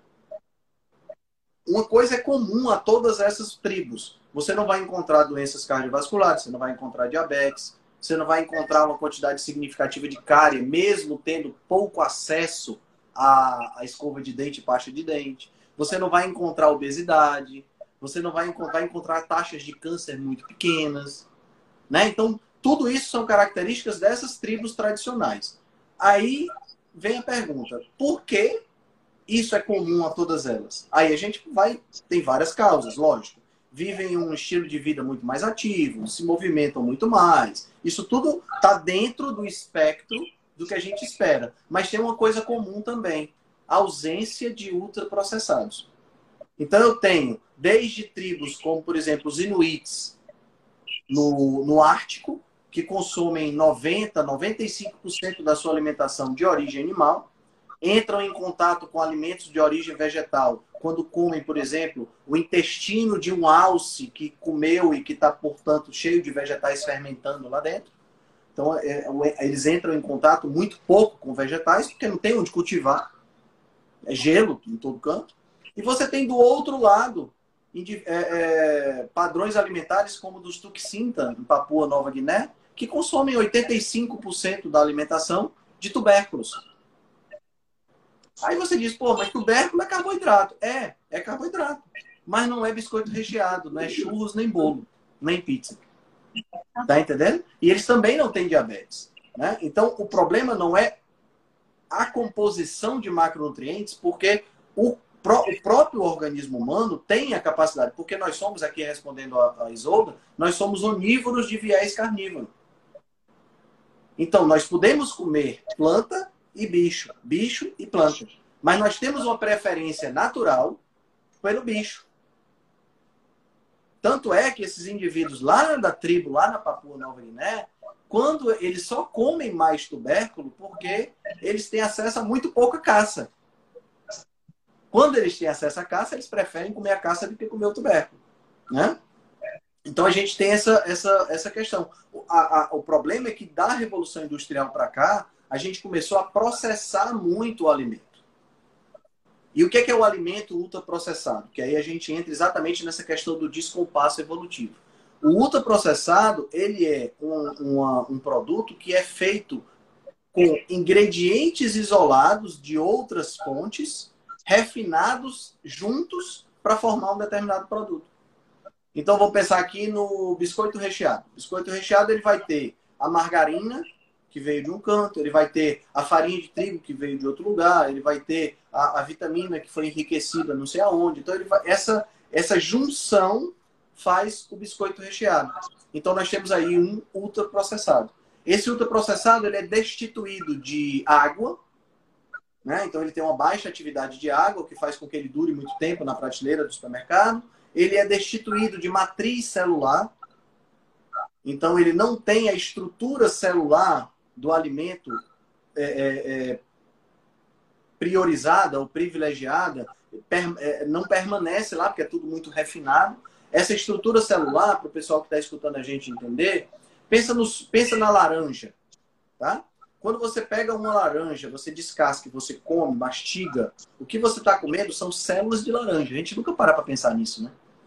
S1: Uma coisa é comum a todas essas tribos. Você não vai encontrar doenças cardiovasculares, você não vai encontrar diabetes, você não vai encontrar uma quantidade significativa de cárie, mesmo tendo pouco acesso à, à escova de dente e pasta de dente. Você não vai encontrar obesidade, você não vai encontrar, vai encontrar taxas de câncer muito pequenas, né? Então, tudo isso são características dessas tribos tradicionais. Aí vem a pergunta, por que isso é comum a todas elas? Aí a gente vai... Tem várias causas, lógico. Vivem um estilo de vida muito mais ativo, se movimentam muito mais. Isso tudo está dentro do espectro do que a gente espera. Mas tem uma coisa comum também, a ausência de ultraprocessados. Então eu tenho desde tribos como, por exemplo, os Inuits no, no Ártico, que consomem noventa, noventa e cinco por cento da sua alimentação de origem animal, entram em contato com alimentos de origem vegetal quando comem, por exemplo, o intestino de um alce que comeu e que está, portanto, cheio de vegetais fermentando lá dentro. Então, é, eles entram em contato muito pouco com vegetais, porque não tem onde cultivar. É gelo em todo canto. E você tem do outro lado é, é, padrões alimentares como dos Tuxinta, em Papua Nova Guiné, que consomem oitenta e cinco por cento da alimentação de tubérculos. Aí você diz, pô, mas tubérculo é carboidrato. É, é carboidrato. Mas não é biscoito recheado, não é churros, nem bolo, nem pizza. Tá entendendo? E eles também não têm diabetes. Né? Então, o problema não é a composição de macronutrientes, porque o, pró o próprio organismo humano tem a capacidade, porque nós somos, aqui respondendo a, a Isolda, nós somos onívoros de viés carnívoro. Então, nós podemos comer planta e bicho, bicho e planta. Mas nós temos uma preferência natural pelo bicho. Tanto é que esses indivíduos lá da tribo, lá na Papua Nova Guiné, quando eles só comem mais tubérculo, porque eles têm acesso a muito pouca caça. Quando eles têm acesso à caça, eles preferem comer a caça do que comer o tubérculo. Né? Então a gente tem essa, essa, essa questão. A, a, o problema é que da Revolução Industrial para cá, a gente começou a processar muito o alimento. E o que é o alimento ultraprocessado? Que aí a gente entra exatamente nessa questão do descompasso evolutivo. O ultraprocessado, ele é um, uma, um produto que é feito com ingredientes isolados de outras fontes, refinados juntos para formar um determinado produto. Então, vamos pensar aqui no biscoito recheado. O biscoito recheado ele vai ter a margarina, que veio de um canto, ele vai ter a farinha de trigo, que veio de outro lugar, ele vai ter a, a vitamina, que foi enriquecida não sei aonde. Então, ele vai, essa, essa junção faz o biscoito recheado. Então, nós temos aí um ultraprocessado. Esse ultraprocessado ele é destituído de água, né? Então, ele tem uma baixa atividade de água, o que faz com que ele dure muito tempo na prateleira do supermercado. Ele é destituído de matriz celular. Então, ele não tem a estrutura celular do alimento é, é, priorizada ou privilegiada, per, é, não permanece lá, porque é tudo muito refinado. Essa estrutura celular, para o pessoal que está escutando a gente entender, pensa, nos, pensa na laranja. Tá? Quando você pega uma laranja, você descasca, você come, mastiga, o que você está comendo são células de laranja. A gente nunca para para pensar nisso, né?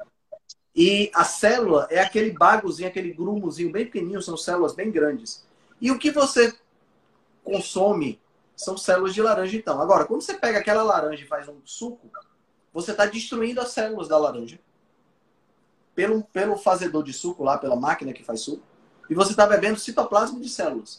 S1: E a célula é aquele bagozinho, aquele grumozinho bem pequenininho, são células bem grandes. E o que você consome são células de laranja, então. Agora, quando você pega aquela laranja e faz um suco, você está destruindo as células da laranja pelo, pelo fazedor de suco lá, pela máquina que faz suco, e você está bebendo citoplasma de células.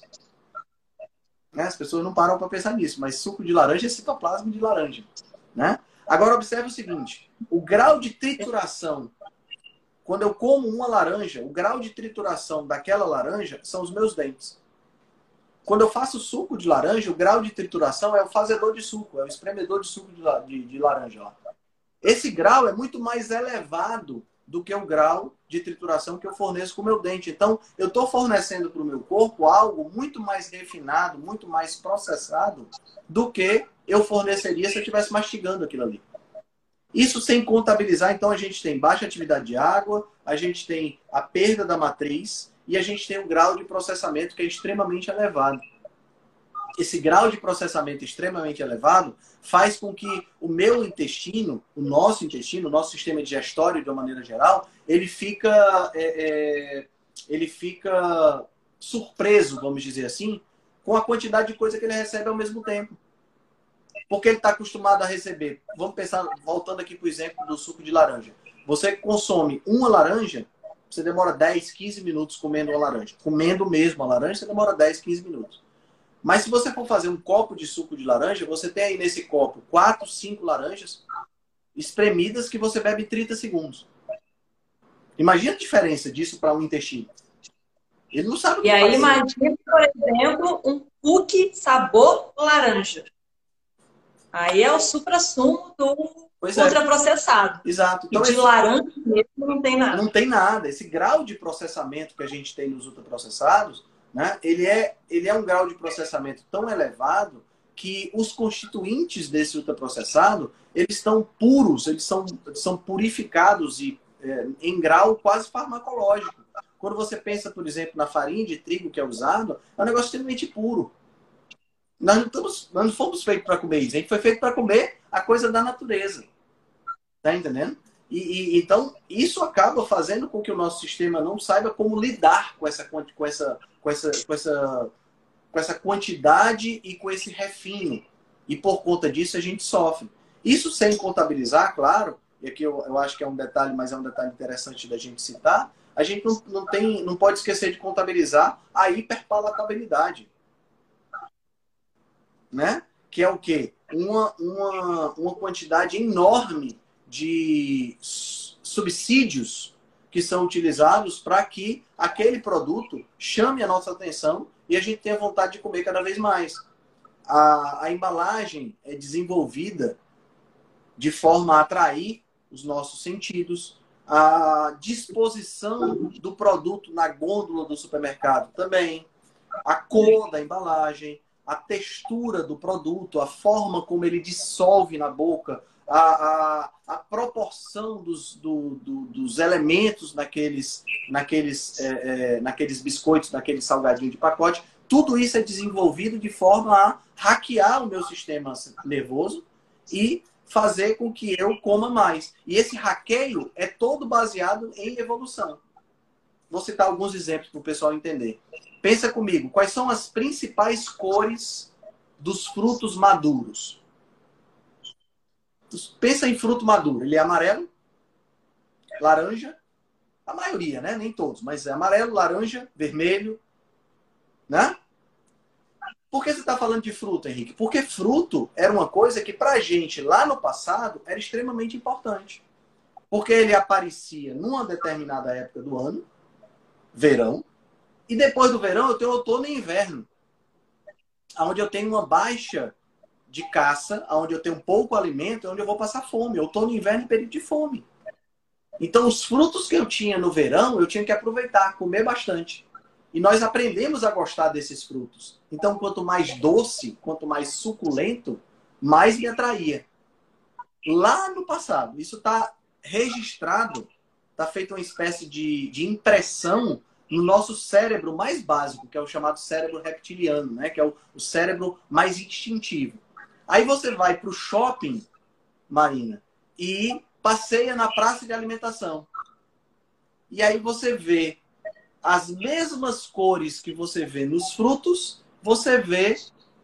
S1: Né? As pessoas não param para pensar nisso, mas suco de laranja é citoplasma de laranja. Né? Agora, observe o seguinte, o grau de trituração, quando eu como uma laranja, o grau de trituração daquela laranja são os meus dentes. Quando eu faço suco de laranja, o grau de trituração é o fazedor de suco, é o espremedor de suco de, de, de laranja. Ó. Esse grau é muito mais elevado do que o grau de trituração que eu forneço com o meu dente. Então, eu estou fornecendo para o meu corpo algo muito mais refinado, muito mais processado do que eu forneceria se eu estivesse mastigando aquilo ali. Isso sem contabilizar, então, a gente tem baixa atividade de água, a gente tem a perda da matriz e a gente tem um grau de processamento que é extremamente elevado. Esse grau de processamento extremamente elevado faz com que o meu intestino, o nosso intestino, o nosso sistema digestório, de uma maneira geral, ele fica, é, é, ele fica surpreso, vamos dizer assim, com a quantidade de coisa que ele recebe ao mesmo tempo. Porque ele está acostumado a receber. Vamos pensar, voltando aqui para o exemplo do suco de laranja. Você consome uma laranja, você demora dez, quinze minutos comendo uma laranja. Comendo mesmo a laranja, você demora dez, quinze minutos. Mas se você for fazer um copo de suco de laranja, você tem aí nesse copo quatro, cinco laranjas espremidas que você bebe em trinta segundos. Imagina a diferença disso para um intestino. Ele não sabe o que
S2: fazer. E aí
S1: fazer.
S2: imagina, por exemplo, um cookie sabor laranja. Aí é o supra-sumo do
S1: Pois é.
S2: Ultraprocessado.
S1: Exato. Então,
S2: e de
S1: esse...
S2: laranja mesmo não tem nada.
S1: Não tem nada. Esse grau de processamento que a gente tem nos ultraprocessados, né, ele, é, ele é um grau de processamento tão elevado que os constituintes desse ultraprocessado, eles estão puros, eles são, são purificados e, é, em grau quase farmacológico. Quando você pensa, por exemplo, na farinha de trigo que é usado, é um negócio extremamente puro. Nós não, estamos, nós não fomos feitos para comer isso, a gente foi feito para comer a coisa da natureza. Tá entendendo? E, e, então, isso acaba fazendo com que o nosso sistema não saiba como lidar com essa, com essa, com essa, com essa, com essa quantidade e com esse refino. E por conta disso a gente sofre. Isso sem contabilizar, claro, e aqui eu, eu acho que é um detalhe, mas é um detalhe interessante da gente citar, a gente não, não, tem, não pode esquecer de contabilizar a hiperpalatabilidade. Né? Que é o quê? Uma, uma, uma quantidade enorme de subsídios que são utilizados para que aquele produto chame a nossa atenção e a gente tenha vontade de comer cada vez mais. A, a embalagem é desenvolvida de forma a atrair os nossos sentidos. A disposição do produto na gôndola do supermercado também. A cor da embalagem, a textura do produto, a forma como ele dissolve na boca, a, a, a proporção dos, do, do, dos elementos naqueles, naqueles, é, é, naqueles biscoitos, naquele salgadinho de pacote, tudo isso é desenvolvido de forma a hackear o meu sistema nervoso e fazer com que eu coma mais. E esse hackeio é todo baseado em evolução. Vou citar alguns exemplos para o pessoal entender. Pensa comigo, quais são as principais cores dos frutos maduros? Pensa em fruto maduro. Ele é amarelo, laranja, a maioria, né? Nem todos, mas é amarelo, laranja, vermelho, né? Por que você está falando de fruto, Henrique? Porque fruto era uma coisa que pra gente, lá no passado, era extremamente importante. Porque ele aparecia numa determinada época do ano, verão, e depois do verão eu tenho outono e inverno, onde eu tenho uma baixa de caça, onde eu tenho pouco alimento, onde eu vou passar fome. Outono e inverno é período de fome. Então os frutos que eu tinha no verão, eu tinha que aproveitar, comer bastante. E nós aprendemos a gostar desses frutos. Então quanto mais doce, quanto mais suculento, mais me atraía. Lá no passado, isso está registrado, está feita uma espécie de, de impressão no nosso cérebro mais básico, que é o chamado cérebro reptiliano, né? Que é o, o cérebro mais instintivo. Aí você vai para o shopping, Marina, e passeia na praça de alimentação. E aí você vê as mesmas cores que você vê nos frutos, você vê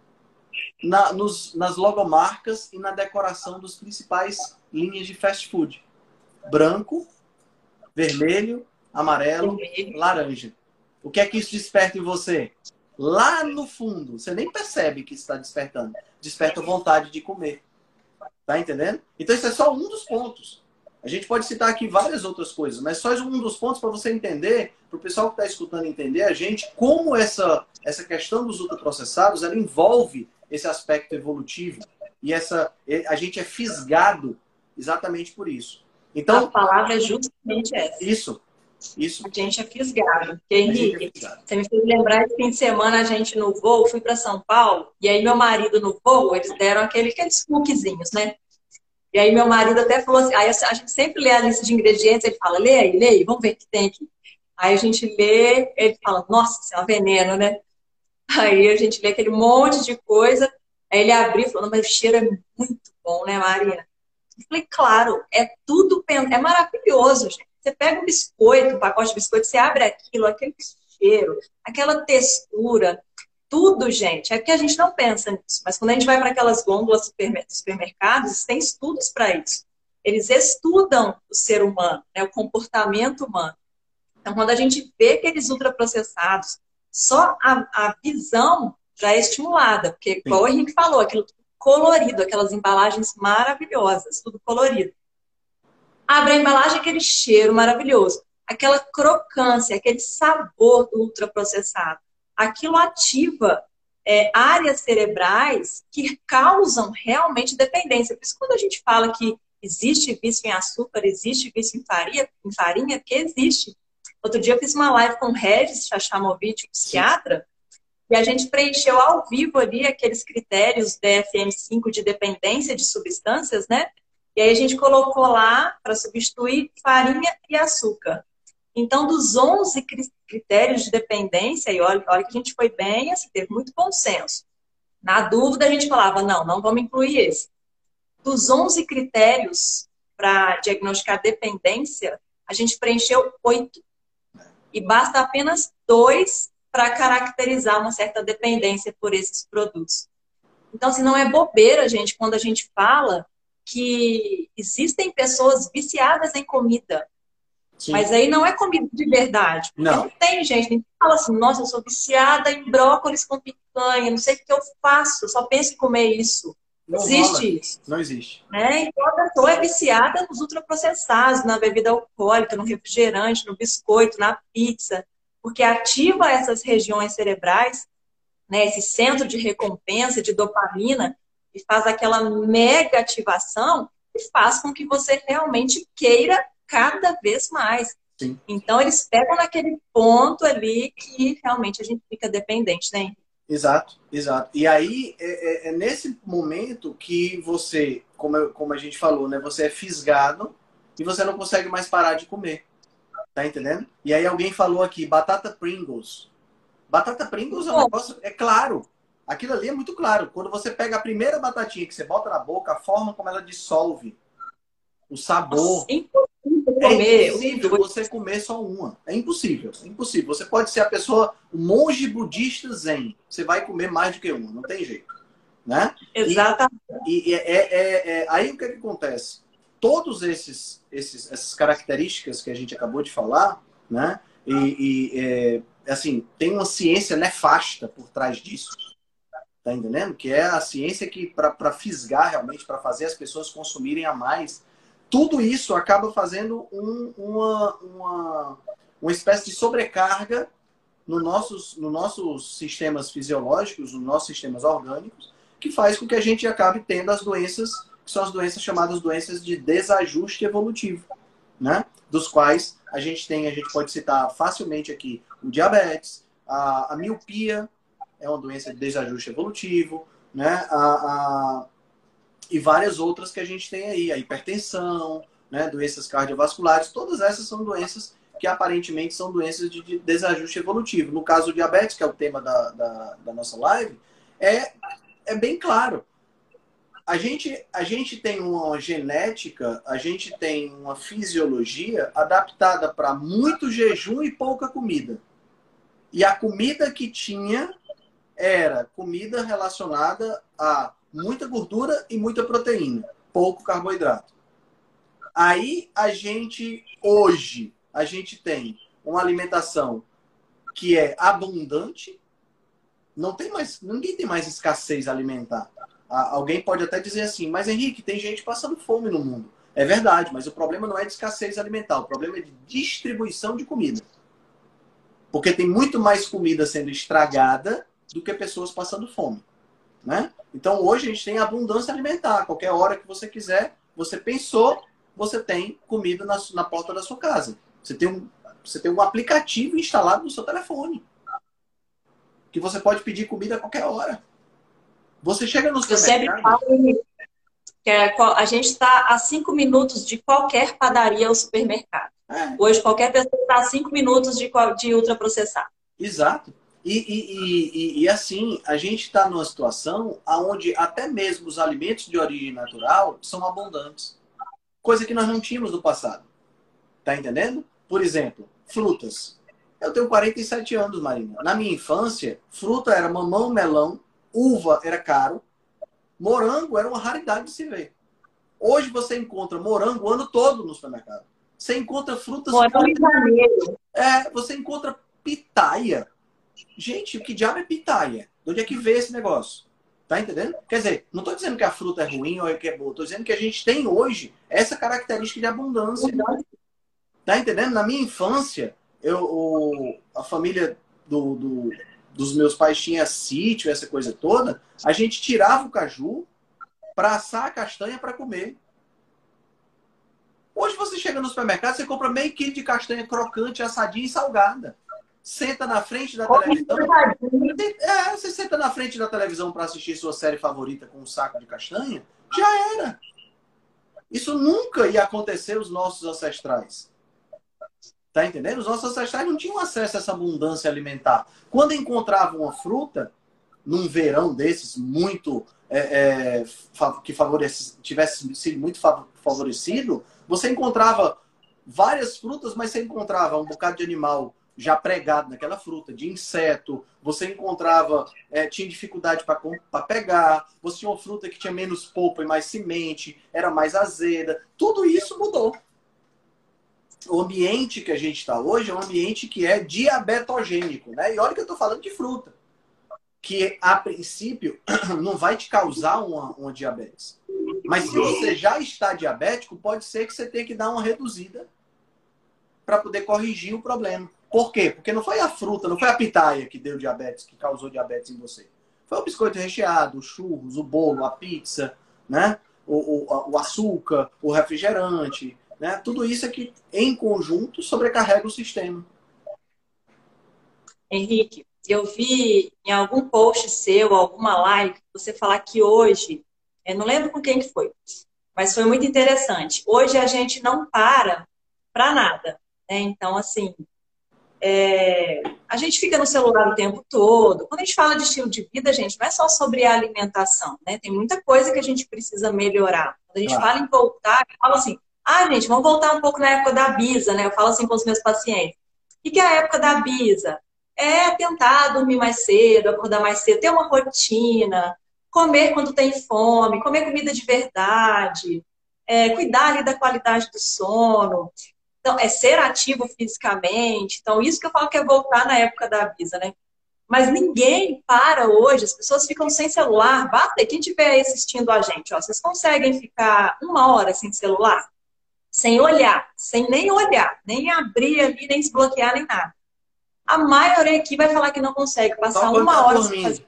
S1: na, nos, nas logomarcas e na decoração dos principais linhas de fast food. Branco, vermelho, amarelo, laranja. O que é que isso desperta em você? Lá no fundo, você nem percebe que isso está despertando. Desperta a vontade de comer. Tá entendendo? Então isso é só um dos pontos. A gente pode citar aqui várias outras coisas, mas só um dos pontos para você entender, para o pessoal que está escutando entender a gente, como essa, essa questão dos ultraprocessados, ela envolve esse aspecto evolutivo. E essa, a gente é fisgado exatamente por isso. Então,
S2: a palavra é justamente essa.
S1: Isso. Isso.
S2: A gente é fisgado. Porque, Henrique, é fisgado. Você me fez lembrar que fim de semana a gente no voo, fui para São Paulo, e aí meu marido no voo, eles deram aquele, aqueles cookiezinhos, né? E aí meu marido até falou assim, aí a gente sempre lê a lista de ingredientes, ele fala, lê aí, lê aí, vamos ver o que tem aqui. Aí a gente lê, ele fala, nossa, isso é um veneno, né? Aí a gente lê aquele monte de coisa, aí ele abriu e falou, mas o cheiro é muito bom, né, Marina? Eu falei, claro, é tudo, é maravilhoso, gente. Você pega um biscoito, um pacote de biscoito, você abre aquilo, aquele cheiro, aquela textura, tudo, gente. É que a gente não pensa nisso. Mas quando a gente vai para aquelas gôndolas dos supermercados, tem estudos para isso. Eles estudam o ser humano, né, o comportamento humano. Então, quando a gente vê aqueles ultraprocessados, só a, a visão já é estimulada. Porque, igual o Henrique falou, aquilo colorido, aquelas embalagens maravilhosas, tudo colorido. Abre a embalagem, aquele cheiro maravilhoso, aquela crocância, aquele sabor do ultraprocessado. Aquilo ativa é, áreas cerebrais que causam realmente dependência. Por isso, quando a gente fala que existe vício em açúcar, existe vício em farinha, em farinha, que existe. Outro dia eu fiz uma live com o Regis Chachamovitch, psiquiatra, E a gente preencheu ao vivo ali aqueles critérios D F M cinco de dependência de substâncias, né? E aí a gente colocou lá para substituir farinha e açúcar. Então, dos onze critérios de dependência, e olha, olha que a gente foi bem, assim, teve muito bom senso. Na dúvida, a gente falava, não, não vamos incluir esse. Dos onze critérios para diagnosticar dependência, a gente preencheu oito. E basta apenas dois para caracterizar uma certa dependência por esses produtos. Então, assim, não é bobeira, gente, quando a gente fala que existem pessoas viciadas em comida. Sim. Mas aí não é comida de verdade. Porque não, não tem gente. Ninguém fala assim, nossa, eu sou viciada em brócolis com picanha, não sei o que eu faço, eu só penso em comer isso. Não existe rola. Isso.
S1: Não existe.
S2: Né? Então a pessoa é viciada nos ultraprocessados, na bebida alcoólica, no refrigerante, no biscoito, na pizza, porque ativa essas regiões cerebrais, né, esse centro de recompensa, de dopamina, e faz aquela mega ativação e faz com que você realmente queira cada vez mais. Sim. Então eles pegam naquele ponto ali que realmente a gente fica dependente, né?
S1: Exato, exato. E aí, é, é, é nesse momento que você, como, eu, como a gente falou, né? Você é fisgado e você não consegue mais parar de comer. Tá entendendo? E aí alguém falou aqui, batata Pringles. Batata Pringles é um negócio, é claro. Aquilo ali é muito claro. Quando você pega a primeira batatinha que você bota na boca, a forma como ela dissolve, o sabor... Sim. É impossível você comer só uma. É impossível. É impossível. Você pode ser a pessoa, o monge budista zen. Você vai comer mais do que uma. Não tem jeito. Né?
S2: Exatamente.
S1: E, e é, é, é, aí o que, é que acontece? Todos esses, esses essas características que a gente acabou de falar, né? E, e é, assim, tem uma ciência nefasta por trás disso. Tá entendendo? Que é a ciência que, para fisgar realmente, para fazer as pessoas consumirem a mais. Tudo isso acaba fazendo um, uma, uma, uma espécie de sobrecarga no nossos, nos nossos sistemas fisiológicos, nos nossos sistemas orgânicos, que faz com que a gente acabe tendo as doenças, que são as doenças chamadas doenças de desajuste evolutivo, né? Dos quais a gente tem, a gente pode citar facilmente aqui o diabetes, a, a miopia, é uma doença de desajuste evolutivo, né? A, a e várias outras que a gente tem aí, a hipertensão, né, doenças cardiovasculares, todas essas são doenças que aparentemente são doenças de, de desajuste evolutivo. No caso do diabetes, que é o tema da, da, da nossa live, é, é bem claro. A gente, a gente tem uma genética, a gente tem uma fisiologia adaptada para muito jejum e pouca comida. E a comida que tinha era comida relacionada a muita gordura e muita proteína, pouco carboidrato. Aí a gente, hoje, a gente tem uma alimentação que é abundante, não tem mais, ninguém tem mais escassez alimentar. Alguém pode até dizer assim, mas Henrique, tem gente passando fome no mundo. É verdade, mas o problema não é de escassez alimentar, o problema é de distribuição de comida. Porque tem muito mais comida sendo estragada do que pessoas passando fome. Né? Então hoje a gente tem abundância alimentar. Qualquer hora que você quiser, você pensou, você tem comida na, na porta da sua casa. Você tem, um, você tem um aplicativo instalado no seu telefone. Que você pode pedir comida a qualquer hora. Você chega no supermercado... Eu sempre falo
S2: que a gente está a cinco minutos de qualquer padaria ou supermercado. É. Hoje qualquer pessoa está a cinco minutos de, de ultraprocessado.
S1: Exato. E, e, e, e assim, a gente está numa situação onde até mesmo os alimentos de origem natural são abundantes. Coisa que nós não tínhamos no passado. Tá entendendo? Por exemplo, frutas. Eu tenho quarenta e sete anos, Marina. Na minha infância, fruta era mamão, melão, uva era caro, morango era uma raridade de se ver. Hoje você encontra morango o ano todo no supermercado. Você encontra frutas...
S2: Morango em janeiro.
S1: É, você encontra pitaia. Gente, o que diabo é pitaia? De onde é que veio esse negócio? Tá entendendo? Quer dizer, não estou dizendo que a fruta é ruim ou que é boa. Estou dizendo que a gente tem hoje essa característica de abundância. Tá entendendo? Na minha infância, eu, o, a família do, do, dos meus pais tinha sítio, essa coisa toda. A gente tirava o caju para assar a castanha para comer. Hoje você chega no supermercado, você compra meio quilo de castanha crocante, assadinha e salgada. senta na frente da televisão. É, você senta na frente da televisão para assistir sua série favorita com um saco de castanha, já era. Isso nunca ia acontecer aos nossos ancestrais. Tá entendendo? Os nossos ancestrais não tinham acesso a essa abundância alimentar. Quando encontravam uma fruta, num verão desses muito é, é, que favorece, tivesse sido muito favorecido, você encontrava várias frutas, mas você encontrava um bocado de animal já pregado naquela fruta, de inseto, você encontrava, é, tinha dificuldade para pegar, você tinha uma fruta que tinha menos polpa e mais semente, era mais azeda, tudo isso mudou. O ambiente que a gente está hoje é um ambiente que é diabetogênico, né? E olha que eu estou falando de fruta, que a princípio não vai te causar uma, uma diabetes. Mas se você já está diabético, pode ser que você tenha que dar uma reduzida para poder corrigir o problema. Por quê? Porque não foi a fruta, não foi a pitaia que deu diabetes, que causou diabetes em você. Foi o biscoito recheado, os churros, o bolo, a pizza, né? o, o, o açúcar, o refrigerante, né? Tudo isso é que, em conjunto, sobrecarrega o sistema.
S2: Henrique, eu vi em algum post seu, alguma live, você falar que hoje, eu não lembro com quem que foi, mas foi muito interessante. Hoje a gente não para para nada, né? Então, assim, é, a gente fica no celular o tempo todo. Quando a gente fala de estilo de vida, gente, não é só sobre a alimentação, né? Tem muita coisa que a gente precisa melhorar. Quando a gente
S1: Claro.
S2: fala em voltar, eu falo assim, ah, gente, vamos voltar um pouco na época da bisa, né? Eu falo assim com os meus pacientes. O que é a época da bisa? É tentar dormir mais cedo, acordar mais cedo, ter uma rotina, comer quando tem fome, comer comida de verdade, é, cuidar ali da qualidade do sono. Então, é ser ativo fisicamente. Então, isso que eu falo que é voltar na época da bisa, né? Mas ninguém para hoje, as pessoas ficam sem celular. Bata, quem estiver aí assistindo a gente, ó, vocês conseguem ficar uma hora sem celular? Sem olhar, sem nem olhar, nem abrir ali, nem desbloquear, nem nada. A maioria aqui vai falar que não consegue passar uma hora sem fazer.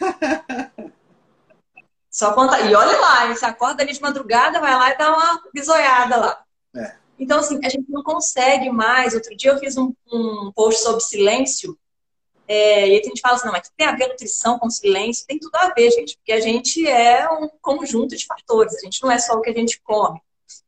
S2: Só conta. E olha lá, você acorda ali de madrugada, vai lá e dá uma bisoiada lá.
S1: É.
S2: Então, assim, a gente não consegue mais. Outro dia eu fiz um, um post sobre silêncio, é, e aí a gente fala assim, não, mas tem a ver nutrição com silêncio? Tem tudo a ver, gente, porque a gente é um conjunto de fatores, a gente não é só o que a gente come.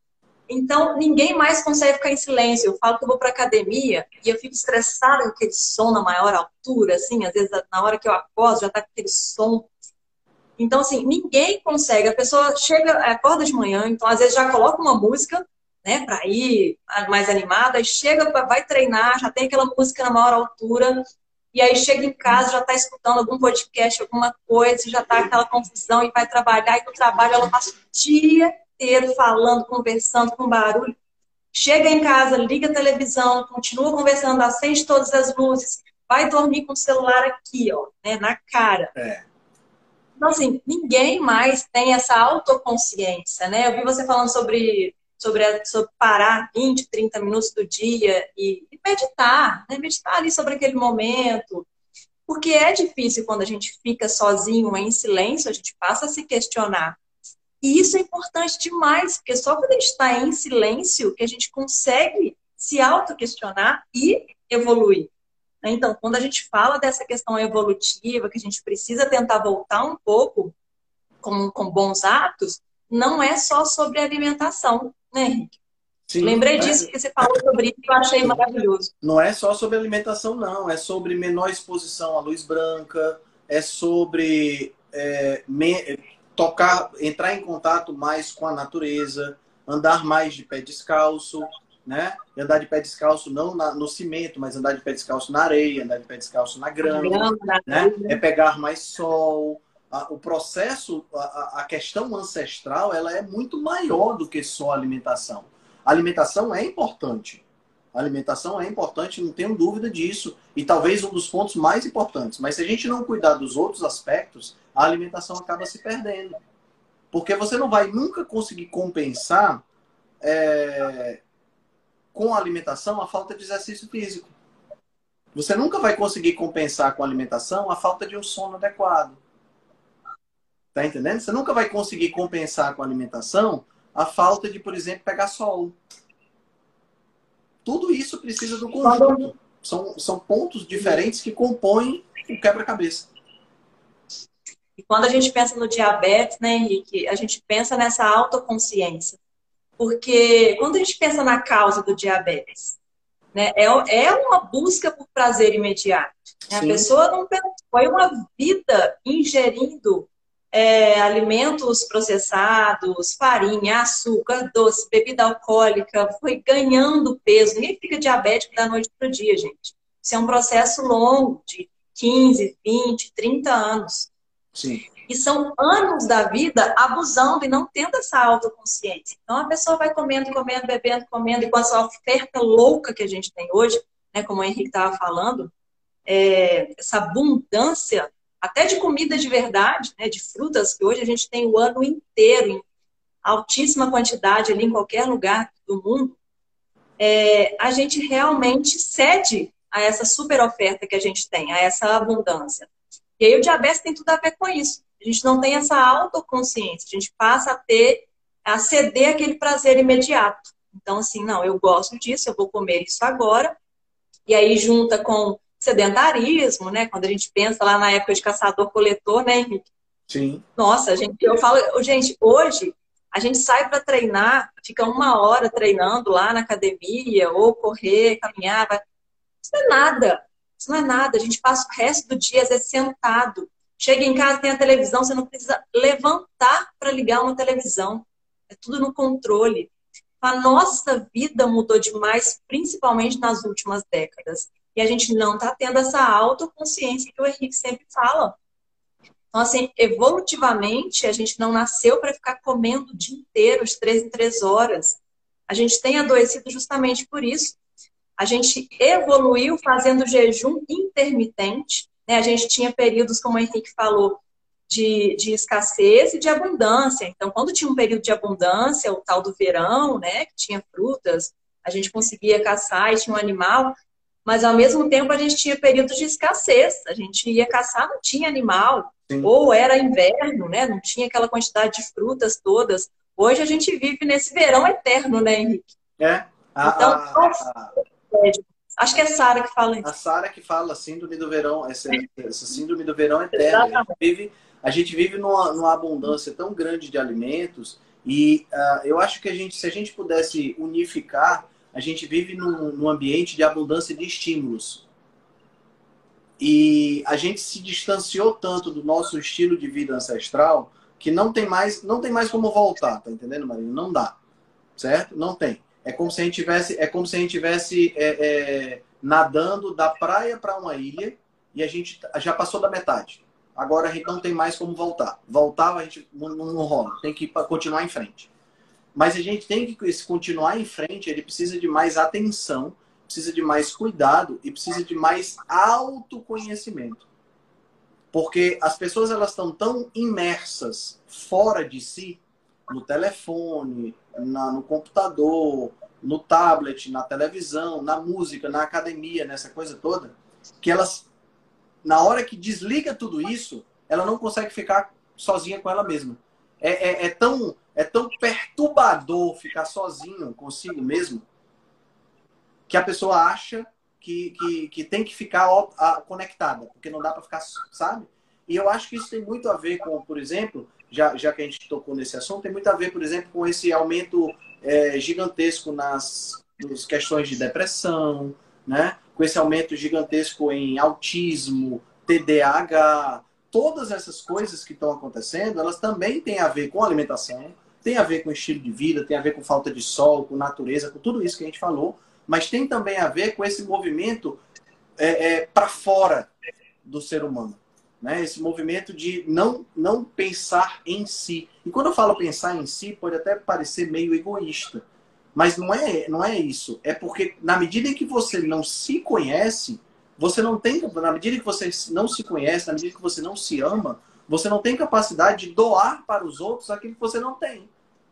S2: Então, ninguém mais consegue ficar em silêncio. Eu falo que eu vou para academia e eu fico estressada com aquele som na maior altura, assim, às vezes na hora que eu acordo já tá com aquele som. Então, assim, ninguém consegue. A pessoa chega, acorda de manhã, então às vezes já coloca uma música, né, para ir mais animada, e chega, vai treinar, já tem aquela música na maior altura, e aí chega em casa, já tá escutando algum podcast, alguma coisa, já tá aquela confusão, e vai trabalhar, e no trabalho ela passa o dia inteiro falando, conversando com barulho. Chega em casa, liga a televisão, continua conversando, acende todas as luzes, vai dormir com o celular aqui, ó, né, na cara.
S1: É.
S2: Então, assim, ninguém mais tem essa autoconsciência, né? Eu vi você falando sobre, sobre, sobre parar vinte, trinta minutos do dia e, e meditar, né? Meditar ali sobre aquele momento. Porque é difícil quando a gente fica sozinho, em silêncio, a gente passa a se questionar. E isso é importante demais, porque só quando a gente está em silêncio que a gente consegue se auto-questionar e evoluir. Então, quando a gente fala dessa questão evolutiva, que a gente precisa tentar voltar um pouco com, com bons hábitos, não é só sobre alimentação, né, Henrique? Sim, Lembrei é. disso porque você falou sobre isso e eu achei maravilhoso.
S1: Não é só sobre alimentação, não. É sobre menor exposição à luz branca, é sobre é, me, tocar, entrar em contato mais com a natureza, andar mais de pé descalço, né? E andar de pé descalço não na, no cimento, mas andar de pé descalço na areia, andar de pé descalço na grama, grama né? É pegar mais sol. O processo, a, a questão ancestral, ela é muito maior do que só a alimentação. A alimentação é importante. A alimentação é importante, não tenho dúvida disso. E talvez um dos pontos mais importantes. Mas se a gente não cuidar dos outros aspectos, a alimentação acaba se perdendo. Porque você não vai nunca conseguir compensar é, com a alimentação a falta de exercício físico. Você nunca vai conseguir compensar com a alimentação a falta de um sono adequado. Tá entendendo? Você nunca vai conseguir compensar com a alimentação a falta de, por exemplo, pegar sol. Tudo isso precisa do conjunto. São, são pontos diferentes que compõem o quebra-cabeça.
S2: E quando a gente pensa no diabetes, né, Henrique, a gente pensa nessa autoconsciência. Porque quando a gente pensa na causa do diabetes, né, é, é uma busca por prazer imediato. Né? A pessoa não foi uma vida ingerindo é, alimentos processados, farinha, açúcar, doce, bebida alcoólica, foi ganhando peso. Ninguém fica diabético da noite para o dia, gente. Isso é um processo longo, de quinze, vinte, trinta anos.
S1: Sim.
S2: E são anos da vida abusando e não tendo essa autoconsciência. Então a pessoa vai comendo, comendo, bebendo, comendo, e com essa oferta louca que a gente tem hoje, né, como o Henrique estava falando, é, essa abundância, até de comida de verdade, né, de frutas, que hoje a gente tem o ano inteiro, em altíssima quantidade ali em qualquer lugar do mundo, é, a gente realmente cede a essa super oferta que a gente tem, a essa abundância. E aí o diabetes tem tudo a ver com isso. A gente não tem essa autoconsciência, a gente passa a ter, a ceder aquele prazer imediato. Então, assim, não, eu gosto disso, eu vou comer isso agora. E aí junta com sedentarismo, né? Quando a gente pensa lá na época de caçador-coletor, né, Henrique?
S1: Sim.
S2: Nossa, gente, eu falo, gente, hoje a gente sai para treinar, fica uma hora treinando lá na academia, ou correr, caminhar. Vai... Isso não é nada. Isso não é nada. A gente passa o resto do dia, às vezes, sentado. Chega em casa, tem a televisão, você não precisa levantar para ligar uma televisão. É tudo no controle. A nossa vida mudou demais, principalmente nas últimas décadas. E a gente não está tendo essa autoconsciência que o Henrique sempre fala. Então, assim, evolutivamente, a gente não nasceu para ficar comendo o dia inteiro, de três em três horas. A gente tem adoecido justamente por isso. A gente evoluiu fazendo jejum intermitente. Né? A gente tinha períodos, como o Henrique falou, de, de escassez e de abundância. Então, quando tinha um período de abundância, o tal do verão, né, que tinha frutas, a gente conseguia caçar e tinha um animal, mas ao mesmo tempo a gente tinha períodos de escassez. A gente ia caçar, não tinha animal. Sim. Ou era inverno, né? Não tinha aquela quantidade de frutas todas. Hoje a gente vive nesse verão eterno, né, Henrique?
S1: É. A,
S2: então,
S1: a, a,
S2: acho que é Sara que fala isso.
S1: A Sara que fala síndrome do verão, essa, essa síndrome do verão eterno. A gente vive, a gente vive numa, numa abundância tão grande de alimentos e uh, eu acho que a gente, se a gente pudesse unificar, a gente vive num, num ambiente de abundância de estímulos. E a gente se distanciou tanto do nosso estilo de vida ancestral que não tem mais, não tem mais como voltar, tá entendendo, Marina? Não dá, certo? Não tem. É como se a gente tivesse, é como se a gente tivesse é, é, nadando da praia para uma ilha e a gente já passou da metade. Agora a gente não tem mais como voltar. Voltar a gente não, não rola, tem que continuar em frente. Mas a gente tem que esse continuar em frente, ele precisa de mais atenção, precisa de mais cuidado e precisa de mais autoconhecimento. Porque as pessoas elas estão tão imersas fora de si, no telefone, na, no computador, no tablet, na televisão, na música, na academia, nessa coisa toda, que elas, na hora que desliga tudo isso, ela não consegue ficar sozinha com ela mesma. É, é, é, tão, é tão perturbador ficar sozinho consigo mesmo que a pessoa acha que, que, que tem que ficar conectada, porque não dá para ficar, sabe? E eu acho que isso tem muito a ver com, por exemplo, já, já que a gente tocou nesse assunto, tem muito a ver, por exemplo, com esse aumento é, gigantesco nas, nas questões de depressão, né? Com esse aumento gigantesco em autismo, T D A H, todas essas coisas que estão acontecendo, elas também têm a ver com alimentação, tem a ver com estilo de vida, tem a ver com falta de sol, com natureza, com tudo isso que a gente falou, mas tem também a ver com esse movimento é, é, para fora do ser humano. Né? Esse movimento de não, não pensar em si. E quando eu falo pensar em si, pode até parecer meio egoísta. Mas não é, não é isso. É porque na medida em que você não se conhece, você não tem, na medida que você não se conhece, na medida que você não se ama, você não tem capacidade de doar para os outros aquilo que você não tem.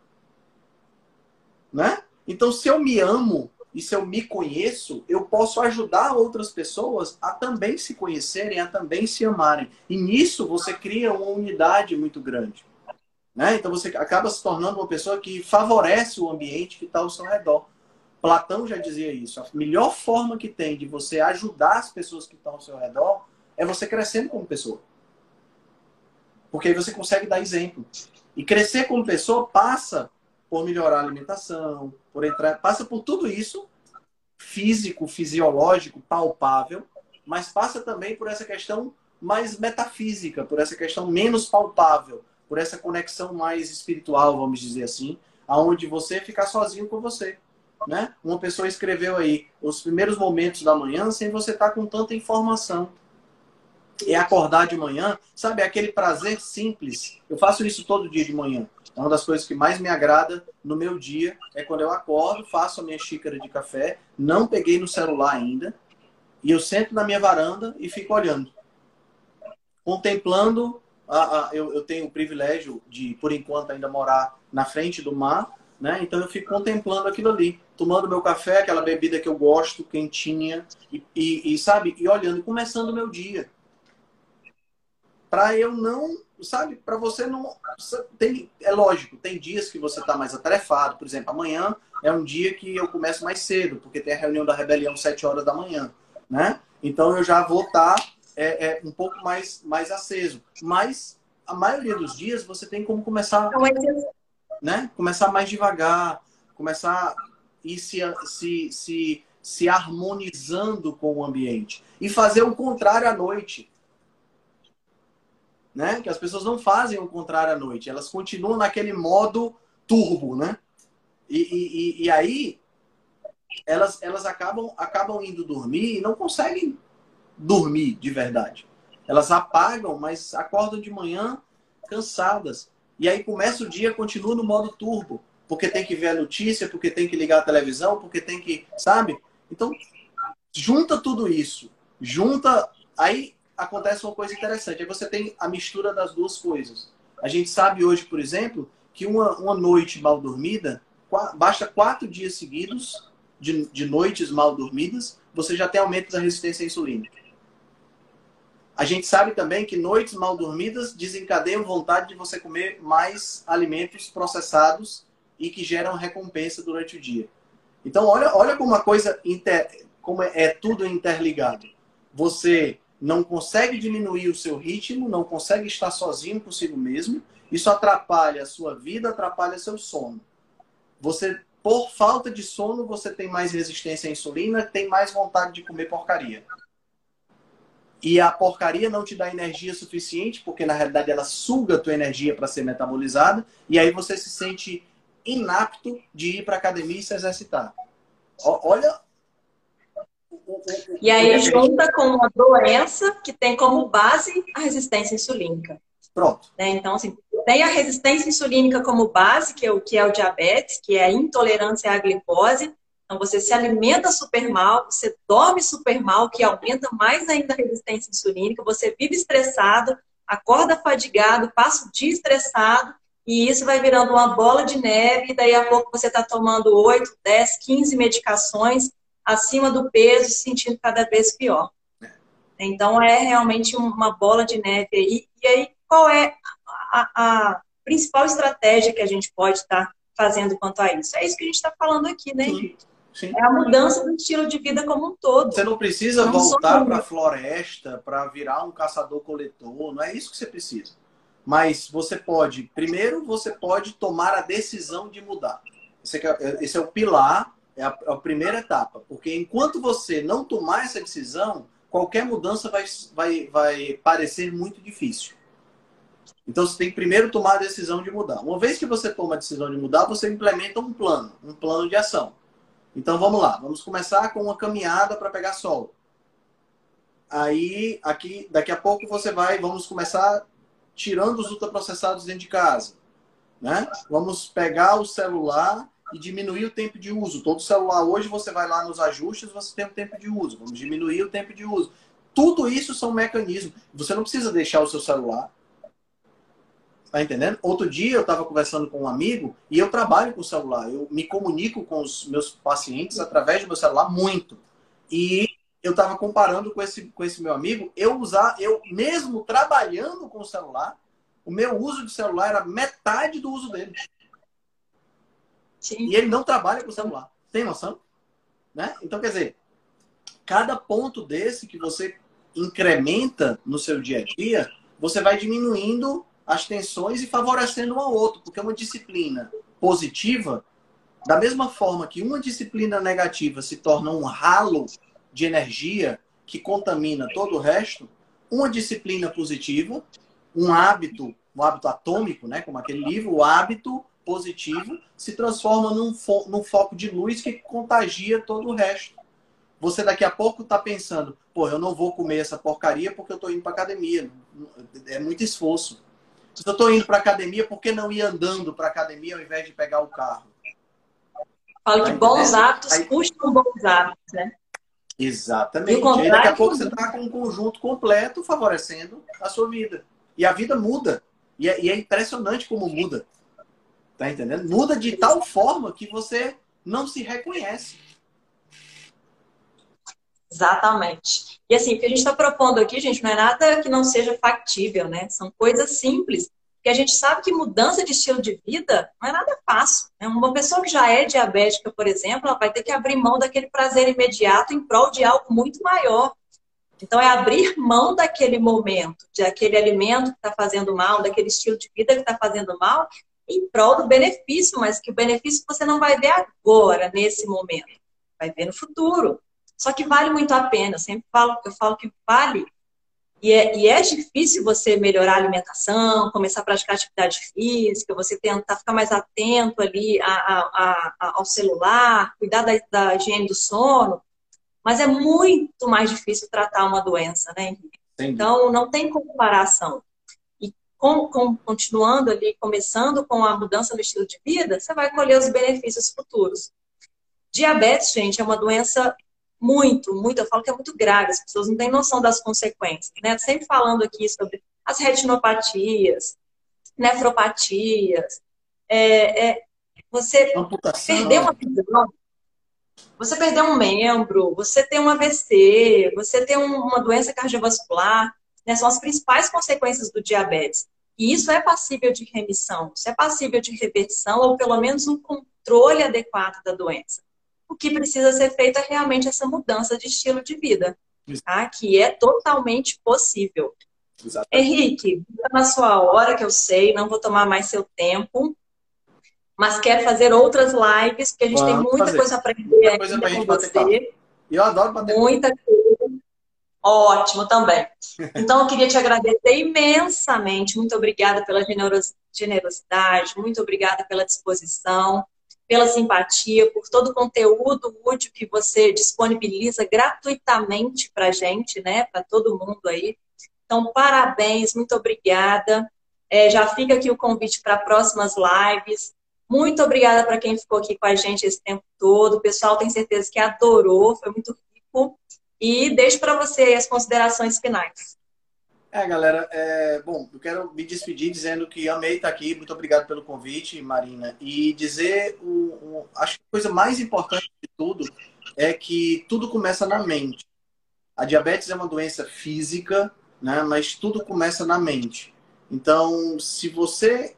S1: Né? Então, se eu me amo e se eu me conheço, eu posso ajudar outras pessoas a também se conhecerem, a também se amarem. E nisso você cria uma unidade muito grande. Né? Então você acaba se tornando uma pessoa que favorece o ambiente que está ao seu redor. Platão já dizia isso. A melhor forma que tem de você ajudar as pessoas que estão ao seu redor é você crescendo como pessoa. Porque aí você consegue dar exemplo. E crescer como pessoa passa por melhorar a alimentação, por entrar, passa por tudo isso, físico, fisiológico, palpável, mas passa também por essa questão mais metafísica, por essa questão menos palpável, por essa conexão mais espiritual, vamos dizer assim, aonde você ficar sozinho com você. Né? Uma pessoa escreveu aí os primeiros momentos da manhã sem você estar com tanta informação. É acordar de manhã, sabe? Aquele prazer simples. Eu faço isso todo dia de manhã. É uma das coisas que mais me agrada no meu dia. É quando eu acordo, faço a minha xícara de café, não peguei no celular ainda, e eu sento na minha varanda e fico olhando. Contemplando. A, a, eu, eu tenho o privilégio de, por enquanto, ainda morar na frente do mar, né? Então eu fico contemplando aquilo ali, tomando meu café, aquela bebida que eu gosto, quentinha, e, e, e sabe? E olhando, começando o meu dia. Para eu não, sabe, para você não... Tem, é lógico, tem dias que você está mais atarefado. Por exemplo, amanhã é um dia que eu começo mais cedo, porque tem a reunião da rebelião às sete horas da manhã, né? Então eu já vou estar tá, é, é, um pouco mais, mais aceso. Mas a maioria dos dias você tem como começar, né? Começar mais devagar, começar a ir se, se, se, se harmonizando com o ambiente. E fazer o contrário à noite. Né? Que as pessoas não fazem o contrário à noite. Elas continuam naquele modo turbo, né? E, e, e aí elas, elas acabam, acabam indo dormir e não conseguem dormir de verdade. Elas apagam, mas acordam de manhã cansadas. E aí começa o dia, continua no modo turbo. Porque tem que ver a notícia, porque tem que ligar a televisão, porque tem que... Sabe? Então, junta tudo isso. Junta... Aí acontece uma coisa interessante. Aí você tem a mistura das duas coisas. A gente sabe hoje, por exemplo, que uma, uma noite mal dormida, basta quatro dias seguidos de, de noites mal dormidas, você já tem aumento da resistência à insulina. A gente sabe também que noites mal dormidas desencadeiam vontade de você comer mais alimentos processados e que geram recompensa durante o dia. Então, olha, olha como a coisa inter, como é, é tudo interligado. Você não consegue diminuir o seu ritmo, não consegue estar sozinho consigo mesmo. Isso atrapalha a sua vida, atrapalha seu sono. Você, por falta de sono, você tem mais resistência à insulina, tem mais vontade de comer porcaria. E a porcaria não te dá energia suficiente, porque na realidade ela suga a tua energia para ser metabolizada, e aí você se sente inapto de ir para a academia e se exercitar. Olha...
S2: E aí junta com uma doença que tem como base a resistência insulínica.
S1: Pronto.
S2: Né? Então, assim, tem a resistência insulínica como base, que é o, que é o diabetes, que é a intolerância à glicose. Então, você se alimenta super mal, você dorme super mal, que aumenta mais ainda a resistência insulínica, você vive estressado, acorda fadigado, passa o dia estressado, e isso vai virando uma bola de neve, e daí a pouco você está tomando oito, dez, quinze medicações, acima do peso, se sentindo cada vez pior. Então, é realmente uma bola de neve aí. E aí, qual é a, a principal estratégia que a gente pode estar fazendo quanto a isso? É isso que a gente está falando aqui, né, Henrique?
S1: Sim.
S2: É a mudança do estilo de vida como um todo.
S1: Você não precisa não voltar para a floresta para virar um caçador-coletor. Não é isso que você precisa. Mas você pode, primeiro, você pode tomar a decisão de mudar. Esse é, esse é o pilar, é a, é a primeira etapa. Porque enquanto você não tomar essa decisão, qualquer mudança vai, vai, vai parecer muito difícil. Então você tem que primeiro tomar a decisão de mudar. Uma vez que você toma a decisão de mudar, você implementa um plano, um plano de ação. Então vamos lá, vamos começar com uma caminhada para pegar sol. Aí, aqui, daqui a pouco você vai, vamos começar tirando os ultraprocessados dentro de casa. Né? Vamos pegar o celular e diminuir o tempo de uso. Todo celular hoje você vai lá nos ajustes, você tem o tempo de uso. Vamos diminuir o tempo de uso. Tudo isso são mecanismos. Você não precisa deixar o seu celular. Tá entendendo? Outro dia eu estava conversando com um amigo e eu trabalho com o celular. Eu me comunico com os meus pacientes através do meu celular muito. E eu estava comparando com esse, com esse meu amigo, eu usar, eu mesmo trabalhando com o celular, o meu uso de celular era metade do uso dele. Sim. E ele não trabalha com o celular. Tem noção? né? Então, quer dizer, cada ponto desse que você incrementa no seu dia a dia, você vai diminuindo as tensões e favorecendo um ao outro, porque uma disciplina positiva, da mesma forma que uma disciplina negativa se torna um ralo de energia que contamina todo o resto, uma disciplina positiva, um hábito, um hábito atômico, né, como aquele livro, o hábito positivo se transforma num, fo num foco de luz que contagia todo o resto. Você daqui a pouco está pensando, pô, eu não vou comer essa porcaria porque eu estou indo para academia. É muito esforço. Se eu estou indo para academia, por que não ir andando para academia ao invés de pegar o carro?
S2: Falo tá que entendendo? Bons hábitos Aí... puxam bons hábitos, né?
S1: Exatamente. E, aí daqui a pouco você está com um conjunto completo favorecendo a sua vida. E a vida muda. E é, e é impressionante como muda. Tá entendendo? Muda de tal forma que você não se reconhece.
S2: Exatamente. E assim, o que a gente está propondo aqui, gente, não é nada que não seja factível, né? São coisas simples. Porque a gente sabe que mudança de estilo de vida não é nada fácil. Né? Uma pessoa que já é diabética, por exemplo, ela vai ter que abrir mão daquele prazer imediato em prol de algo muito maior. Então, é abrir mão daquele momento, daquele alimento que está fazendo mal, daquele estilo de vida que está fazendo mal, em prol do benefício, mas que o benefício você não vai ver agora, nesse momento. Vai ver no futuro. Só que vale muito a pena. Eu sempre falo, eu falo que vale. E é, e é difícil você melhorar a alimentação, começar a praticar atividade física, você tentar ficar mais atento ali a, a, a, ao celular, cuidar da, da higiene do sono, mas é muito mais difícil tratar uma doença, né, Henrique? Entendi. Então, não tem comparação. E com, com, continuando ali, começando com a mudança no estilo de vida, você vai colher os benefícios futuros. Diabetes, gente, é uma doença muito, muito, eu falo que é muito grave, as pessoas não têm noção das consequências, né? Sempre falando aqui sobre as retinopatias, nefropatias, é, é, você
S1: Amputação.
S2: perder uma visão, você perder um membro, você ter um A V C, você ter um, uma doença cardiovascular, né? São as principais consequências do diabetes. E isso é passível de remissão, isso é passível de reversão, ou pelo menos um controle adequado da doença. O que precisa ser feito é realmente essa mudança de estilo de vida, tá? Que é totalmente possível. Exatamente. Henrique, na sua hora, que eu sei, não vou tomar mais seu tempo, mas quero fazer outras lives, porque a gente Vamos tem muita fazer. coisa a aprender muita ainda com você.
S1: E eu adoro bater
S2: Muita coisa. Ótimo também. Então, eu queria te agradecer imensamente. Muito obrigada pela generosidade, muito obrigada pela disposição, pela simpatia, por todo o conteúdo útil que você disponibiliza gratuitamente para a gente, né? Para todo mundo aí. Então, parabéns, muito obrigada. É, já fica aqui o convite para próximas lives. Muito obrigada para quem ficou aqui com a gente esse tempo todo. O pessoal tem certeza que adorou, foi muito rico. E deixo para você as considerações finais.
S1: É, galera, é, bom, eu quero me despedir dizendo que amei estar aqui, muito obrigado pelo convite, Marina, e dizer, o, o, acho que a coisa mais importante de tudo é que tudo começa na mente. A diabetes é uma doença física, né, mas tudo começa na mente. Então, se você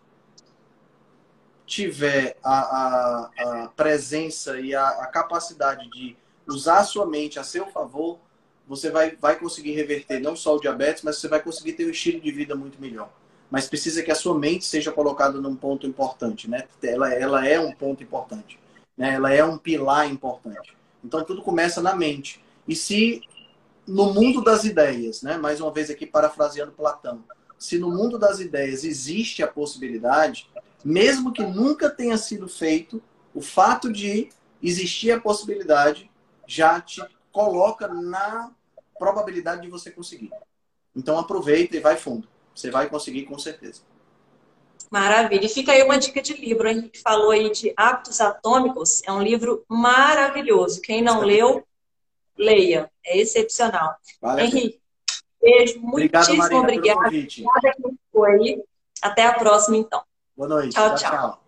S1: tiver a, a, a presença e a, a capacidade de usar a sua mente a seu favor, você vai, vai conseguir reverter não só o diabetes, mas você vai conseguir ter um estilo de vida muito melhor. Mas precisa que a sua mente seja colocada num ponto importante, né? Ela, ela é um ponto importante, né? Ela é um pilar importante. Então, tudo começa na mente. E se no mundo das ideias, né? Mais uma vez aqui parafraseando Platão, se no mundo das ideias existe a possibilidade, mesmo que nunca tenha sido feito, o fato de existir a possibilidade já te coloca na probabilidade de você conseguir. Então aproveita e vai fundo. Você vai conseguir com certeza.
S2: Maravilha. E fica aí uma dica de livro. A gente falou aí de Hábitos Atômicos. É um livro maravilhoso. Quem não leu, leia. É excepcional. Vale Henrique, beijo.
S1: Obrigado,
S2: Muitíssimo
S1: Marina,
S2: obrigada. Obrigada quem ficou aí. Até a próxima, então.
S1: Boa noite.
S2: Tchau,
S1: tchau.
S2: tchau.
S1: tchau.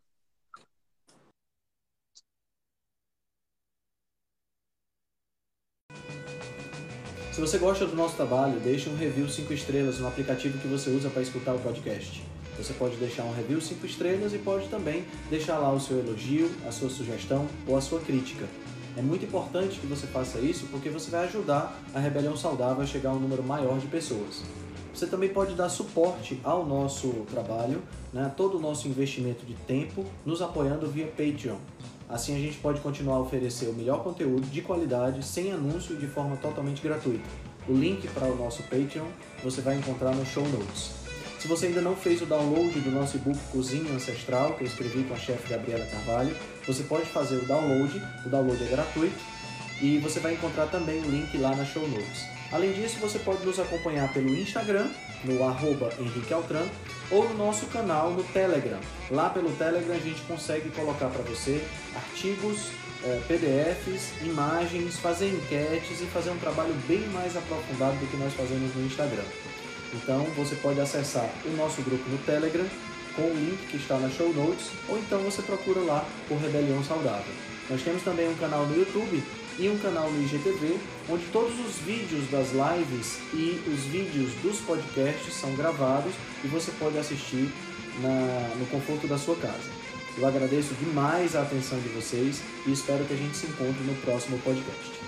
S1: Se você gosta do nosso trabalho, deixe um review cinco estrelas no aplicativo que você usa para escutar o podcast. Você pode deixar um review cinco estrelas e pode também deixar lá o seu elogio, a sua sugestão ou a sua crítica. É muito importante que você faça isso porque você vai ajudar a Rebelião Saudável a chegar a um número maior de pessoas. Você também pode dar suporte ao nosso trabalho, né, todo o nosso investimento de tempo, nos apoiando via Patreon. Assim a gente pode continuar a oferecer o melhor conteúdo de qualidade, sem anúncio e de forma totalmente gratuita. O link para o nosso Patreon você vai encontrar no show notes. Se você ainda não fez o download do nosso e-book Cozinha Ancestral, que eu escrevi com a chefe Gabriela Carvalho, você pode fazer o download, o download é gratuito, e você vai encontrar também o link lá na show notes. Além disso, você pode nos acompanhar pelo Instagram, no arroba Henrique Altran, ou no nosso canal no Telegram. Lá pelo Telegram a gente consegue colocar para você artigos, eh, P D Fs, imagens, fazer enquetes e fazer um trabalho bem mais aprofundado do que nós fazemos no Instagram. Então você pode acessar o nosso grupo no Telegram com o link que está na show notes, ou então você procura lá por Rebelião Saudável. Nós temos também um canal no YouTube e um canal no I G T V, onde todos os vídeos das lives e os vídeos dos podcasts são gravados e você pode assistir na, no conforto da sua casa. Eu agradeço demais a atenção de vocês e espero que a gente se encontre no próximo podcast.